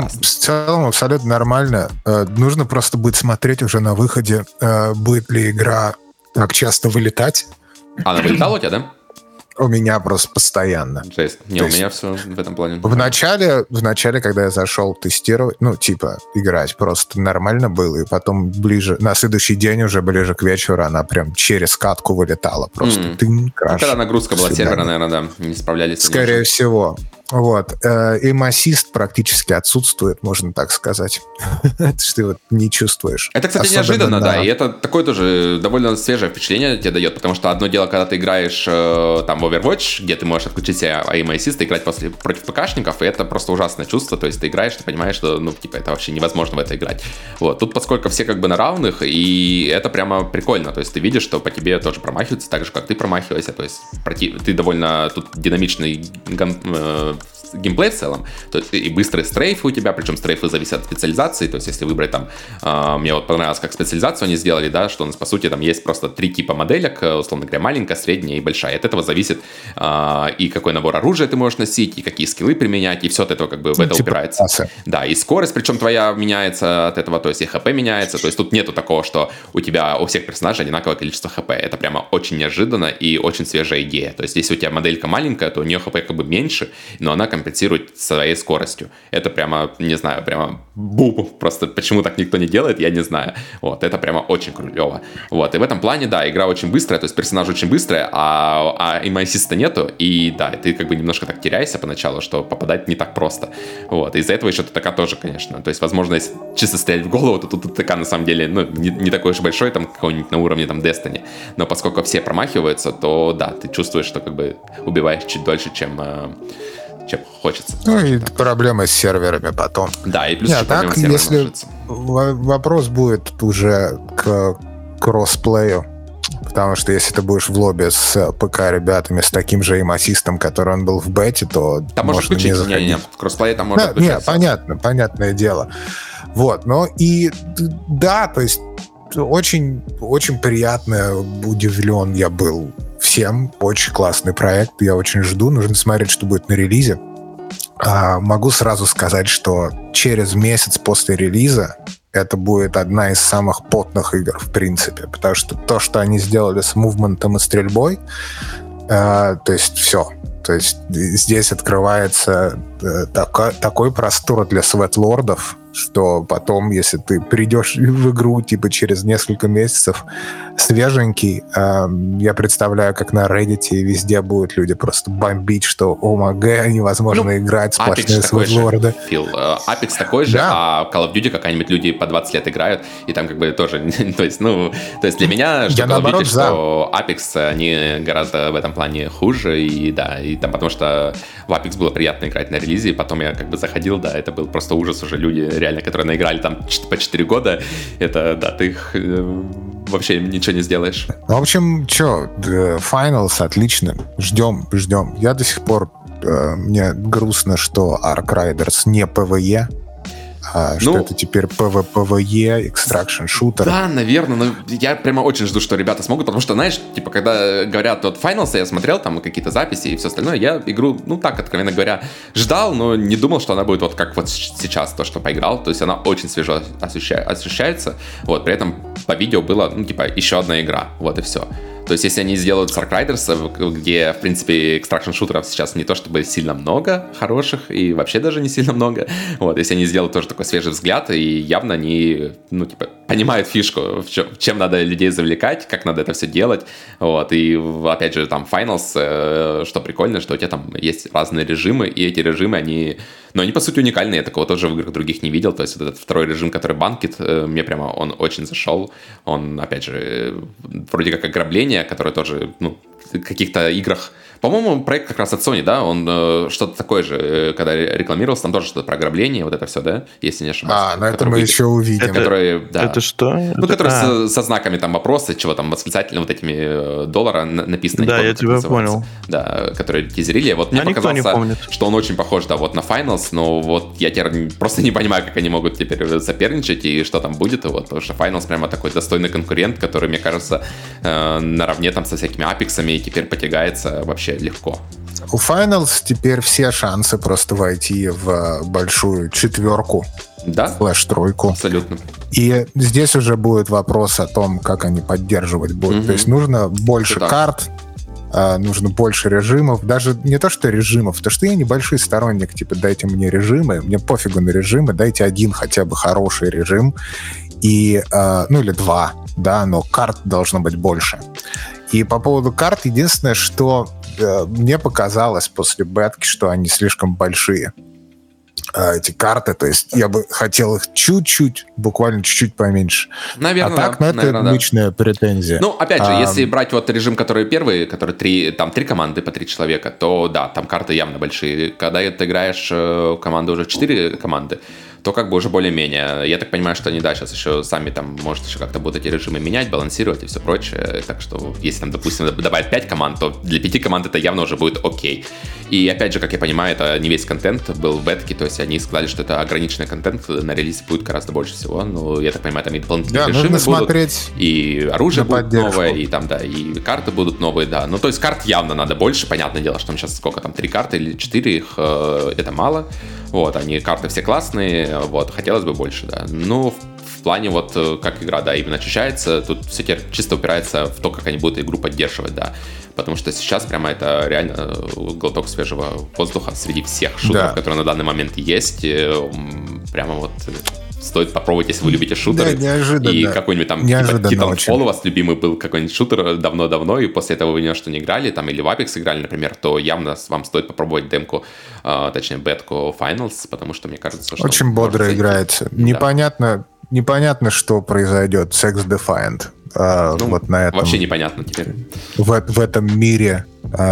целом абсолютно нормально. Нужно просто будет смотреть уже на выходе, будет ли игра так часто вылетать. Она вылетала у тебя, да? У меня просто постоянно. Жесть. Не, у меня все в этом плане. В начале, когда я зашел тестировать, ну, типа, играть, просто нормально было, и потом ближе, на следующий день уже ближе к вечеру она прям через катку вылетала. Просто краш. Когда нагрузка была сервера, наверное, да, не справлялись. Скорее всего. Вот. Aim-ассист практически отсутствует, можно так сказать. Это что ты вот не чувствуешь. Это, кстати, неожиданно, да, и это такое тоже довольно свежее впечатление тебе дает, потому что одно дело, когда ты играешь там в Overwatch, где ты можешь отключить себе Aim-ассист и играть против ПКшников, и это просто ужасное чувство, то есть ты играешь, ты понимаешь, что, ну, типа, это вообще невозможно в это играть. Вот. Тут, поскольку все как бы на равных, и это прямо прикольно, то есть ты видишь, что по тебе тоже промахиваются, так же, как ты промахиваешься, то есть ты довольно тут динамичный геймплей в целом, то есть и быстрые стрейфы у тебя, причем стрейфы зависят от специализации, то есть если выбрать там, мне вот понравилось, как специализацию они сделали, да, что у нас по сути там есть просто 3 типа моделек, условно говоря, маленькая, средняя и большая, от этого зависит и какой набор оружия ты можешь носить, и какие скиллы применять, и все от этого как бы в это упирается. Да, и скорость, причем твоя меняется от этого, то есть и ХП меняется, то есть тут нету такого, что у тебя у всех персонажей одинаковое количество ХП, это прямо очень неожиданно и очень свежая идея, то есть если у тебя моделька маленькая, то у нее ХП как бы меньше, но она компенсирует своей скоростью. Это прямо, не знаю, прямо бум, просто почему так никто не делает, я не знаю. Вот, это прямо очень клево. Вот, и в этом плане, да, игра очень быстрая, то есть персонаж очень быстрый, а aim-ассиста нету, и да, ты как бы немножко так теряешься поначалу, что попадать не так просто. Вот, из-за этого еще ТТК тоже, конечно. То есть, возможно, если чисто стрелять в голову, то тут ТТК на самом деле, ну, не такой уж большой, там, какой-нибудь на уровне там Destiny. Но поскольку все промахиваются, то да, ты чувствуешь, что как бы убиваешь чуть дольше, чем хочется. Ну и проблемы с серверами потом. Да, и плюс еще проблемы с серверами. Если вопрос будет уже к кроссплею, потому что если ты будешь в лобби с ПК ребятами с таким же aim-ассистом, который он был в бете, то там можно не заходить. Не, кроссплей там можно включаться. Понятное дело. Вот, но и да, то есть очень, очень приятно удивлен я был всем. Очень классный проект, я очень жду. Нужно смотреть, что будет на релизе. Могу сразу сказать, что через месяц после релиза это будет одна из самых потных игр, в принципе. Потому что то, что они сделали с мувментом и стрельбой, то есть все. То есть здесь открывается такой простор для светлордов, что потом, если ты придешь в игру типа через несколько месяцев свеженький, я представляю, как на Reddit и везде будут люди просто бомбить, что ОМГ невозможно играть, сплошные светлорды. Фил, Apex такой же, а Call of Duty какая-нибудь люди по 20 лет играют, и там как бы тоже, то есть для меня, что Call of Duty, что Apex, они гораздо в этом плане хуже, и да, и там потому что в Apex было приятно играть на релизе, и потом я как бы заходил, да, это был просто ужас уже, люди реально, которые наиграли там по 4 года, это, да, ты их вообще ничего не сделаешь. В общем, Finals отлично, ждем. Я до сих пор, мне грустно, что Ark Riders не PvE, что это теперь PvE, Extraction Shooter. Да, наверное, но я прямо очень жду, что ребята смогут, потому что, знаешь, типа, когда говорят вот Finals, я смотрел там какие-то записи и все остальное, я игру, ну так, откровенно говоря, ждал, но не думал, что она будет вот как вот сейчас, то, что поиграл, то есть она очень свежо ощущается, вот, при этом по видео было, ну, типа, еще одна игра, вот и все. То есть, если они сделают Starkriders, где, в принципе, экстракшн-шутеров сейчас не то чтобы сильно много хороших, и вообще даже не сильно много, вот, если они сделают тоже такой свежий взгляд, и явно они, ну, типа, понимают фишку, в чем надо людей завлекать, как надо это все делать, вот, и, опять же, там, Finals, что прикольно, что у тебя там есть разные режимы, и эти режимы, они, ну, они, по сути, уникальные, я такого тоже в играх других не видел, то есть, вот этот второй режим, который банкет, мне прямо, он очень зашел, он, опять же, вроде как ограбление, которое тоже, ну, в каких-то играх... По-моему, проект как раз от Sony, да? Он что-то такое же, когда рекламировался, там тоже что-то про ограбление, вот это все, да? Если не ошибаюсь. Ну это мы еще увидим. Это что? Ну, которые со знаками там вопроса, чего там восклицательно, вот этими доллара написано. Да, я тебя понял. Да, которые тизерили. Вот мне показалось, что он очень похож, да, вот на Finals, но вот я теперь просто не понимаю, как они могут теперь соперничать и что там будет, вот, потому что Finals прямо такой достойный конкурент, который, мне кажется, наравне там со всякими апексами теперь потягается вообще легко. У Finals теперь все шансы просто войти в большую четверку. Да? Флэш-тройку. Абсолютно. И здесь уже будет вопрос о том, как они поддерживать будут. То есть нужно больше карт, нужно больше режимов. Даже не то, что режимов, потому что я небольшой сторонник, типа, дайте мне режимы, мне пофигу на режимы, дайте один хотя бы хороший режим, и, ну или два, да, но карт должно быть больше. И по поводу карт, единственное, что мне показалось после бетки, что они слишком большие, эти карты, то есть я бы хотел их чуть-чуть, буквально чуть-чуть поменьше. Наверное, а так, да. Это личная претензия. Ну, опять же, если брать вот режим, который первый, который три команды по 3 человека, то да, там карты явно большие. Когда ты играешь в команду уже 4 команды, то как бы уже более-менее. Я так понимаю, что они, да, сейчас еще сами там, может, еще как-то будут эти режимы менять, балансировать и все прочее. Так что, если там, допустим, добавить 5 команд, то для 5 команд это явно уже будет окей. И опять же, как я понимаю, это не весь контент был в бетке, то есть они сказали, что это ограниченный контент, на релизе будет гораздо больше всего. Ну, я так понимаю, там и дополнительные режимы будут, и оружие будет новое, и там, да, и карты будут новые, да. Ну, то есть карт явно надо больше, понятное дело, что там сейчас сколько там, 3 карты или 4, их это мало. Вот, они карты все классные, вот, хотелось бы больше, да. Ну, в плане вот, как игра, да, именно ощущается, тут все теперь чисто упирается в то, как они будут игру поддерживать, да. Потому что сейчас прямо это реально глоток свежего воздуха среди всех шутеров, которые на данный момент есть. Прямо вот... Стоит попробовать, если вы любите шутеры. Да, неожиданно. И какой-нибудь там Titanfall у вас любимый был, какой-нибудь шутер давно-давно, и после этого вы ни на что не играли, там, или в Apex играли, например, то явно вам стоит попробовать демку, точнее, бетку Finals, потому что, мне кажется, что... Очень бодро играется. Да. Непонятно, что произойдет с X-Defiant. Вот на этом, вообще непонятно теперь. В этом мире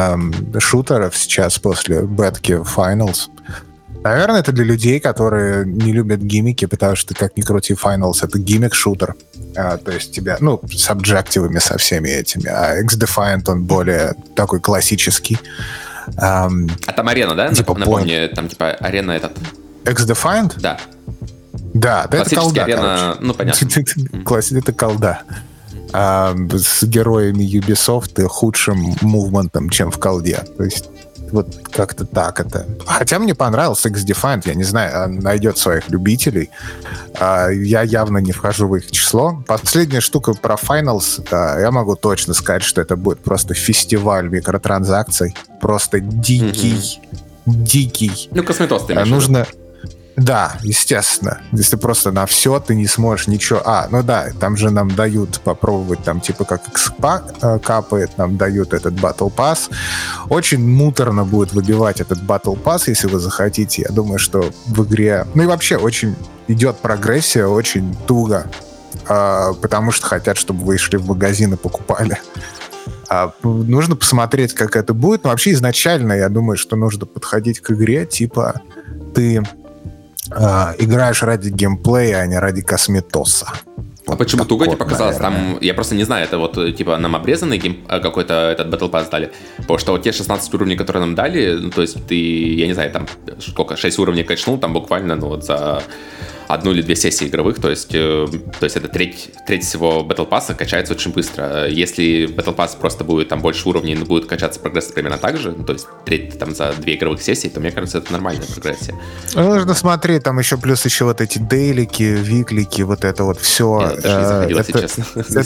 шутеров сейчас после бетки Finals. Наверное, это для людей, которые не любят гиммики, потому что, как ни крути, Finals — это гиммик-шутер. То есть тебя, ну, с объективами со всеми этими. А X-Defiant, он более такой классический. А там арена, да? Типа напомни, там типа арена этот... X-Defiant? Да. Да, это колда, арена, ну, понятно. Это колда. С героями Ubisoft и худшим мувментом, чем в колде. То есть вот как-то так это. Хотя мне понравился X-Defiant, я не знаю, найдет своих любителей. Я явно не вхожу в их число. Последняя штука про Finals, я могу точно сказать, что это будет просто фестиваль микротранзакций. Просто дикий. Ну, косметос ты имеешь нужно... Да, естественно. Если просто на все, ты не сможешь ничего... ну да, там же нам дают попробовать, там типа как XP капает, нам дают этот Battle Pass. Очень муторно будет выбивать этот Battle Pass, если вы захотите. Я думаю, что в игре... Ну и вообще очень идет прогрессия, очень туго. Потому что хотят, чтобы вы шли в магазин и покупали. Нужно посмотреть, как это будет. Но вообще изначально я думаю, что нужно подходить к игре, типа ты... играешь ради геймплея, а не ради косметоса. А почему туго тебе показалось? Там, я просто не знаю, это вот, типа, нам обрезанный какой-то этот Battle Pass дали. Потому что вот те 16 уровней, которые нам дали, ну, то есть ты, я не знаю, там сколько, 6 уровней качнул, там буквально, ну, вот за одну или две сессии игровых, то есть это треть всего Battle Pass'а качается очень быстро. Если Battle Pass просто будет там больше уровней, но будет качаться прогресс примерно так же, то есть треть там за 2 игровых сессии, то мне кажется, это нормальная прогрессия. Нужно смотреть, там еще плюс еще вот эти дейлики, виклики, вот это вот все. Я даже не заходил, если честно.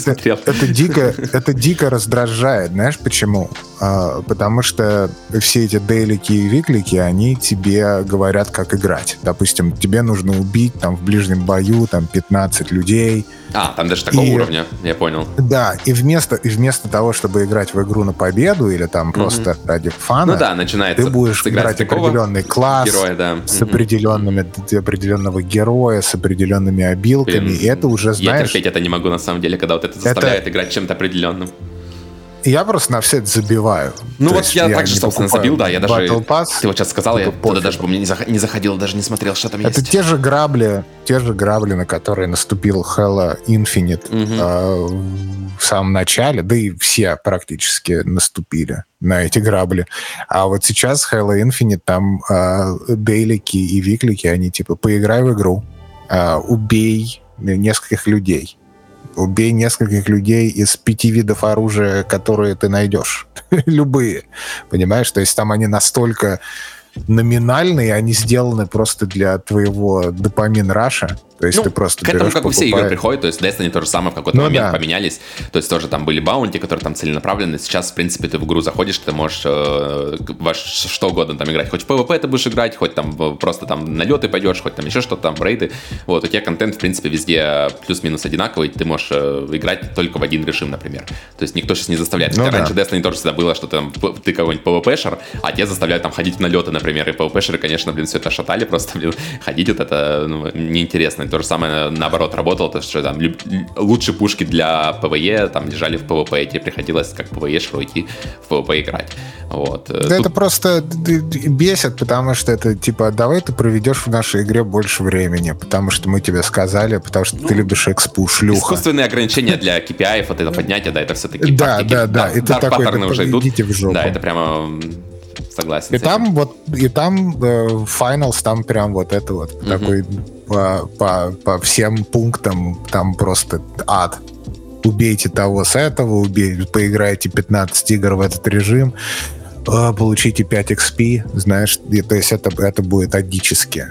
Это дико раздражает, знаешь почему? Потому что все эти дейлики и виклики, они тебе говорят, как играть. Допустим, тебе нужно убить там в ближнем бою там 15 людей. Там даже такого уровня, я понял. Да, и вместо того, чтобы играть в игру на победу или там просто ради фана, начинается ты будешь играть определенный класс героя, с определенного героя, с определенными обилками, и это уже, знаешь... Я терпеть это не могу, на самом деле, когда вот это заставляет играть чем-то определенным. Я просто на все это забиваю. Я также, собственно, забил, да, я даже... Pass, ты вот сейчас сказал, я туда даже не заходил, даже не смотрел, что там есть. Это те же грабли, на которые наступил Halo Infinite в самом начале, да и все практически наступили на эти грабли. А вот сейчас Halo Infinite, там дейлики и виклики, они типа поиграй в игру, убей нескольких людей. Убей нескольких людей из 5 видов оружия, которые ты найдешь. Любые. Понимаешь? То есть там они настолько номинальные, они сделаны просто для твоего допамин-раша. То есть ты просто к этому, как покупаешь... все игры приходят, то есть Destiny то же самое в какой-то момент поменялись, то есть тоже там были баунти, которые там целенаправлены, сейчас, в принципе, ты в игру заходишь, ты можешь во что угодно там играть, хоть в PvP ты будешь играть, хоть там просто там на лёты пойдешь, хоть там еще что-то там, в рейды, вот, у тебя контент, в принципе, везде плюс-минус одинаковый, ты можешь играть только в один режим, например, то есть никто сейчас не заставляет, раньше Destiny тоже всегда было, что ты какой-нибудь PvP-шер, а тебя заставляют там ходить на лёты, например, и PvP-шеры, конечно, все это шатали просто, ходить вот это неинтересно. То же самое, наоборот, работало, то, что там лучшие пушки для PvE там лежали в PvP, и тебе приходилось как PvE-шеру идти в PvP играть. Вот. Да это просто бесит, потому что это типа, давай ты проведешь в нашей игре больше времени, потому что мы тебе сказали, потому что ты любишь экспу, шлюха. Искусственные ограничения для KPI, вот это поднятие, да, это все-таки да. И ты такой, паттерны уже идут. В жопу. Да, это прямо... Согласен. И там Finals, там прям вот это вот такой по всем пунктам там просто ад. Убейте того с этого, поиграйте 15 игр в этот режим, получите 5 XP, знаешь, то есть это будет адически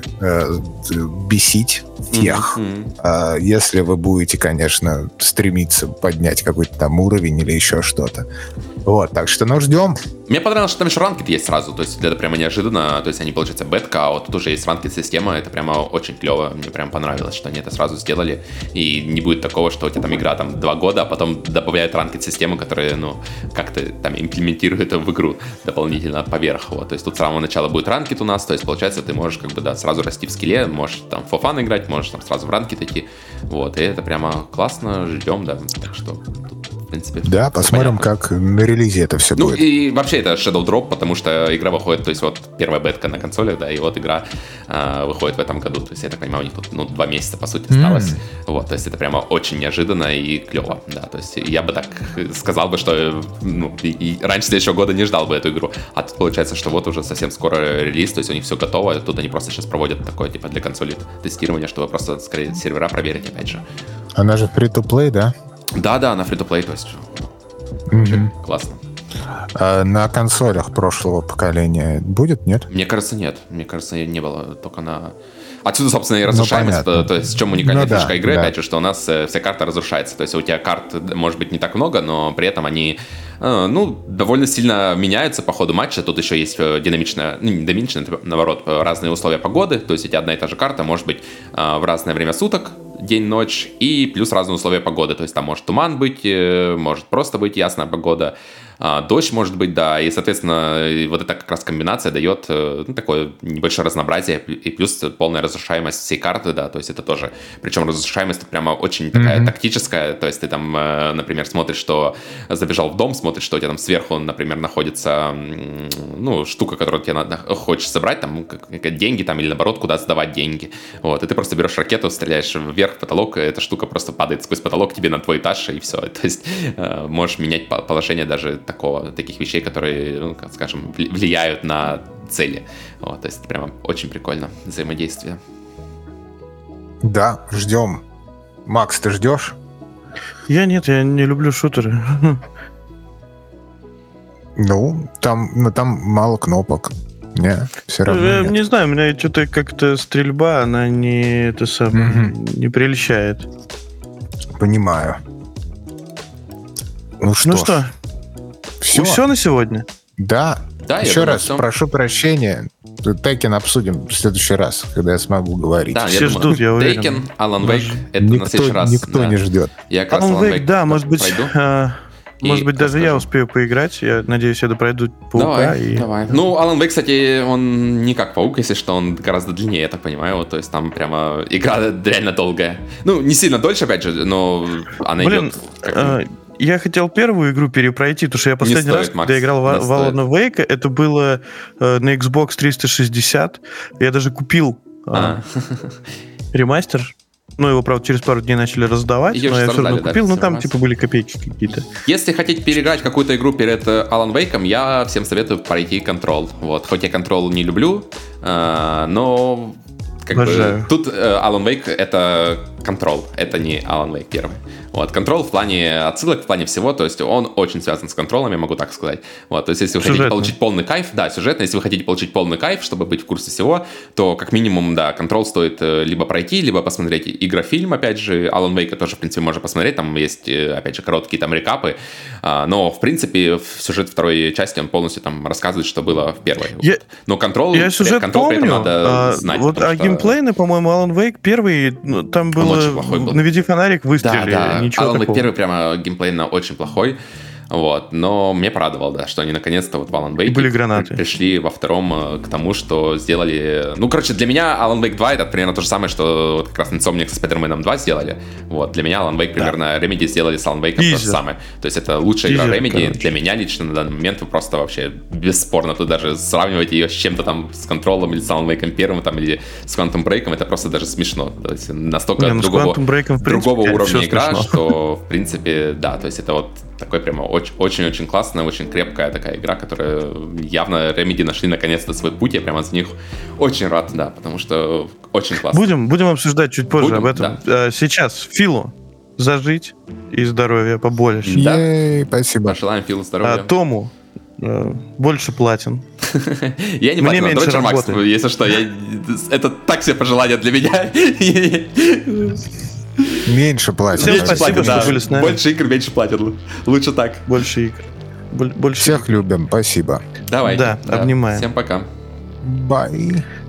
бесить тех, если вы будете, конечно, стремиться поднять какой-то там уровень или еще что-то. Вот, так что, ждем. Мне понравилось, что там еще ранкет есть сразу, то есть это прямо неожиданно, то есть они, получается, бетка, а вот тут уже есть ранкет-система, это прямо очень клево, мне прям понравилось, что они это сразу сделали, и не будет такого, что у тебя там игра там 2 года, а потом добавляют ранкет-систему, которая, как-то там имплементирует это в игру дополнительно поверх, вот, то есть тут с самого начала будет ранкет у нас, то есть, получается, ты можешь как бы, да, сразу расти в скилле, можешь там for fun играть, можешь там сразу в ранкет идти, вот, и это прямо классно, ждем, да, так что... В принципе, да, посмотрим, понятно. Как на релизе это все будет. И вообще это Shadow Drop, потому что игра выходит, то есть вот первая бетка на консолях, да, и вот игра выходит в этом году, то есть я так понимаю, у них тут 2 месяца, по сути, осталось, вот, то есть это прямо очень неожиданно и клево, да, то есть я бы так сказал бы, что, и раньше следующего года не ждал бы эту игру, а тут получается, что вот уже совсем скоро релиз, то есть у них все готово, тут они просто сейчас проводят такое, типа, для консоли тестирование, чтобы просто, скорее, сервера проверить, опять же. Она же free-to-play, да? Да, она free-to-play, то есть вообще классно. А на консолях прошлого поколения будет, нет? Мне кажется, нет. Мне кажется, не было только на... Отсюда, собственно, и разрушаемость, то есть в чем уникальная фишка игры, опять же, что у нас вся карта разрушается. То есть у тебя карт, может быть, не так много, но при этом они, довольно сильно меняются по ходу матча. Тут еще есть динамичная, не динамичная, наоборот, разные условия погоды. То есть у тебя одна и та же карта может быть в разное время суток, день-ночь, и плюс разные условия погоды. То есть там может туман быть, может просто быть ясная погода, дождь может быть, да, и, соответственно, вот эта как раз комбинация дает такое небольшое разнообразие, и плюс полная разрушаемость всей карты, да, то есть это тоже, причем разрушаемость тут прямо очень такая тактическая, то есть ты там, например, смотришь, что забежал в дом, смотришь, что у тебя там сверху, например, находится, штука, которую тебе надо, хочешь собрать, там, деньги, там, или наоборот, куда сдавать деньги, вот, и ты просто берешь ракету, стреляешь вверх в потолок, и эта штука просто падает сквозь потолок тебе на твой этаж, и все, то есть можешь менять положение даже таких вещей, которые, скажем, влияют на цели. Вот, то есть это прямо очень прикольно взаимодействие. Да, ждем. Макс, ты ждешь? Я не люблю шутеры. Ну, там мало кнопок. Не, все равно нет. Не знаю, у меня что-то как-то стрельба, она не прельщает. Понимаю. Ну что? Все на сегодня? Да. Еще раз прошу прощения. Tekken обсудим в следующий раз, когда я смогу говорить. Да, все ждут, я уверен. Tekken, Alan Wake, это на следующий раз. Никто не ждет. Я как раз Alan Wake, да, может быть, пройду. даже я успею поиграть. Я надеюсь, я допройду Паука. Давай. Ну, Alan Wake, кстати, он не как Паук, если что, он гораздо длиннее, я так понимаю. Вот, то есть там прямо игра реально долгая. Ну, не сильно дольше, опять же, но она идет... Я хотел первую игру перепройти, потому что я последний раз, когда играл в Alan Wake, это было на Xbox 360. Я даже купил ремастер. Ну, его, правда, через пару дней начали раздавать, но я все равно купил, но там, типа, были копейки какие-то. Если хотите переиграть какую-то игру перед Alan Wake'ом, я всем советую пройти Control. Вот, хоть я Control не люблю, но... Тут Alan Wake — это Control, это не Alan Wake первый. Вот, Control в плане отсылок, в плане всего, то есть он очень связан с контролем, я могу так сказать. Вот, то есть если вы хотите получить полный кайф, да, сюжетно, если вы хотите получить полный кайф, чтобы быть в курсе всего, то как минимум, да, Control стоит либо пройти, либо посмотреть игрофильм, опять же, Alan Wake тоже, в принципе, можно посмотреть, там есть, опять же, короткие там рекапы, но, в принципе, сюжет второй части, он полностью там рассказывает, что было в первой. Но Control, я сюжет Control при этом надо знать. Вот геймплейный, по-моему, Alan Wake первый, там было наведи фонарик, выстрели. Да. Ничего Alan Wake такого. первый прямо геймплейно очень плохой. Вот, но мне порадовало, да, что они наконец-то вот в Alan Wake были гранаты. Пришли во втором к тому, что сделали... Ну, короче, для меня Alan Wake 2 это примерно то же самое, что вот как раз Insomniac со Spider-Man 2 сделали. Вот, для меня Alan Wake примерно Remedy сделали с Alan Wake то же самое. То есть это лучшая игра Remedy. Для меня лично на данный момент просто вообще бесспорно. Тут даже сравнивать ее с чем-то там, с Control'ом или с Alan Wake первым, там, или с Quantum Break'ом, это просто даже смешно. То есть настолько другого уровня игра, что, в принципе, да, то есть это вот такой прямо очень-очень классная, очень крепкая такая игра, которая явно Remedy нашли наконец-то свой путь. Я прямо за них очень рад, да, потому что очень классно. Будем обсуждать чуть позже об этом. Да. Сейчас Филу зажить и здоровья побольше. Да. Спасибо. Пожелаем Филу здоровья. Тому больше платин. Я не платин, а Дрочер Макс, если что. Это так себе пожелание для меня. Меньше платят. Всем спасибо, что были с нами. Больше игр, меньше платят. Лучше так. Больше игр. Всех любим, спасибо. Давай. Да, обнимаем. Всем пока. Bye.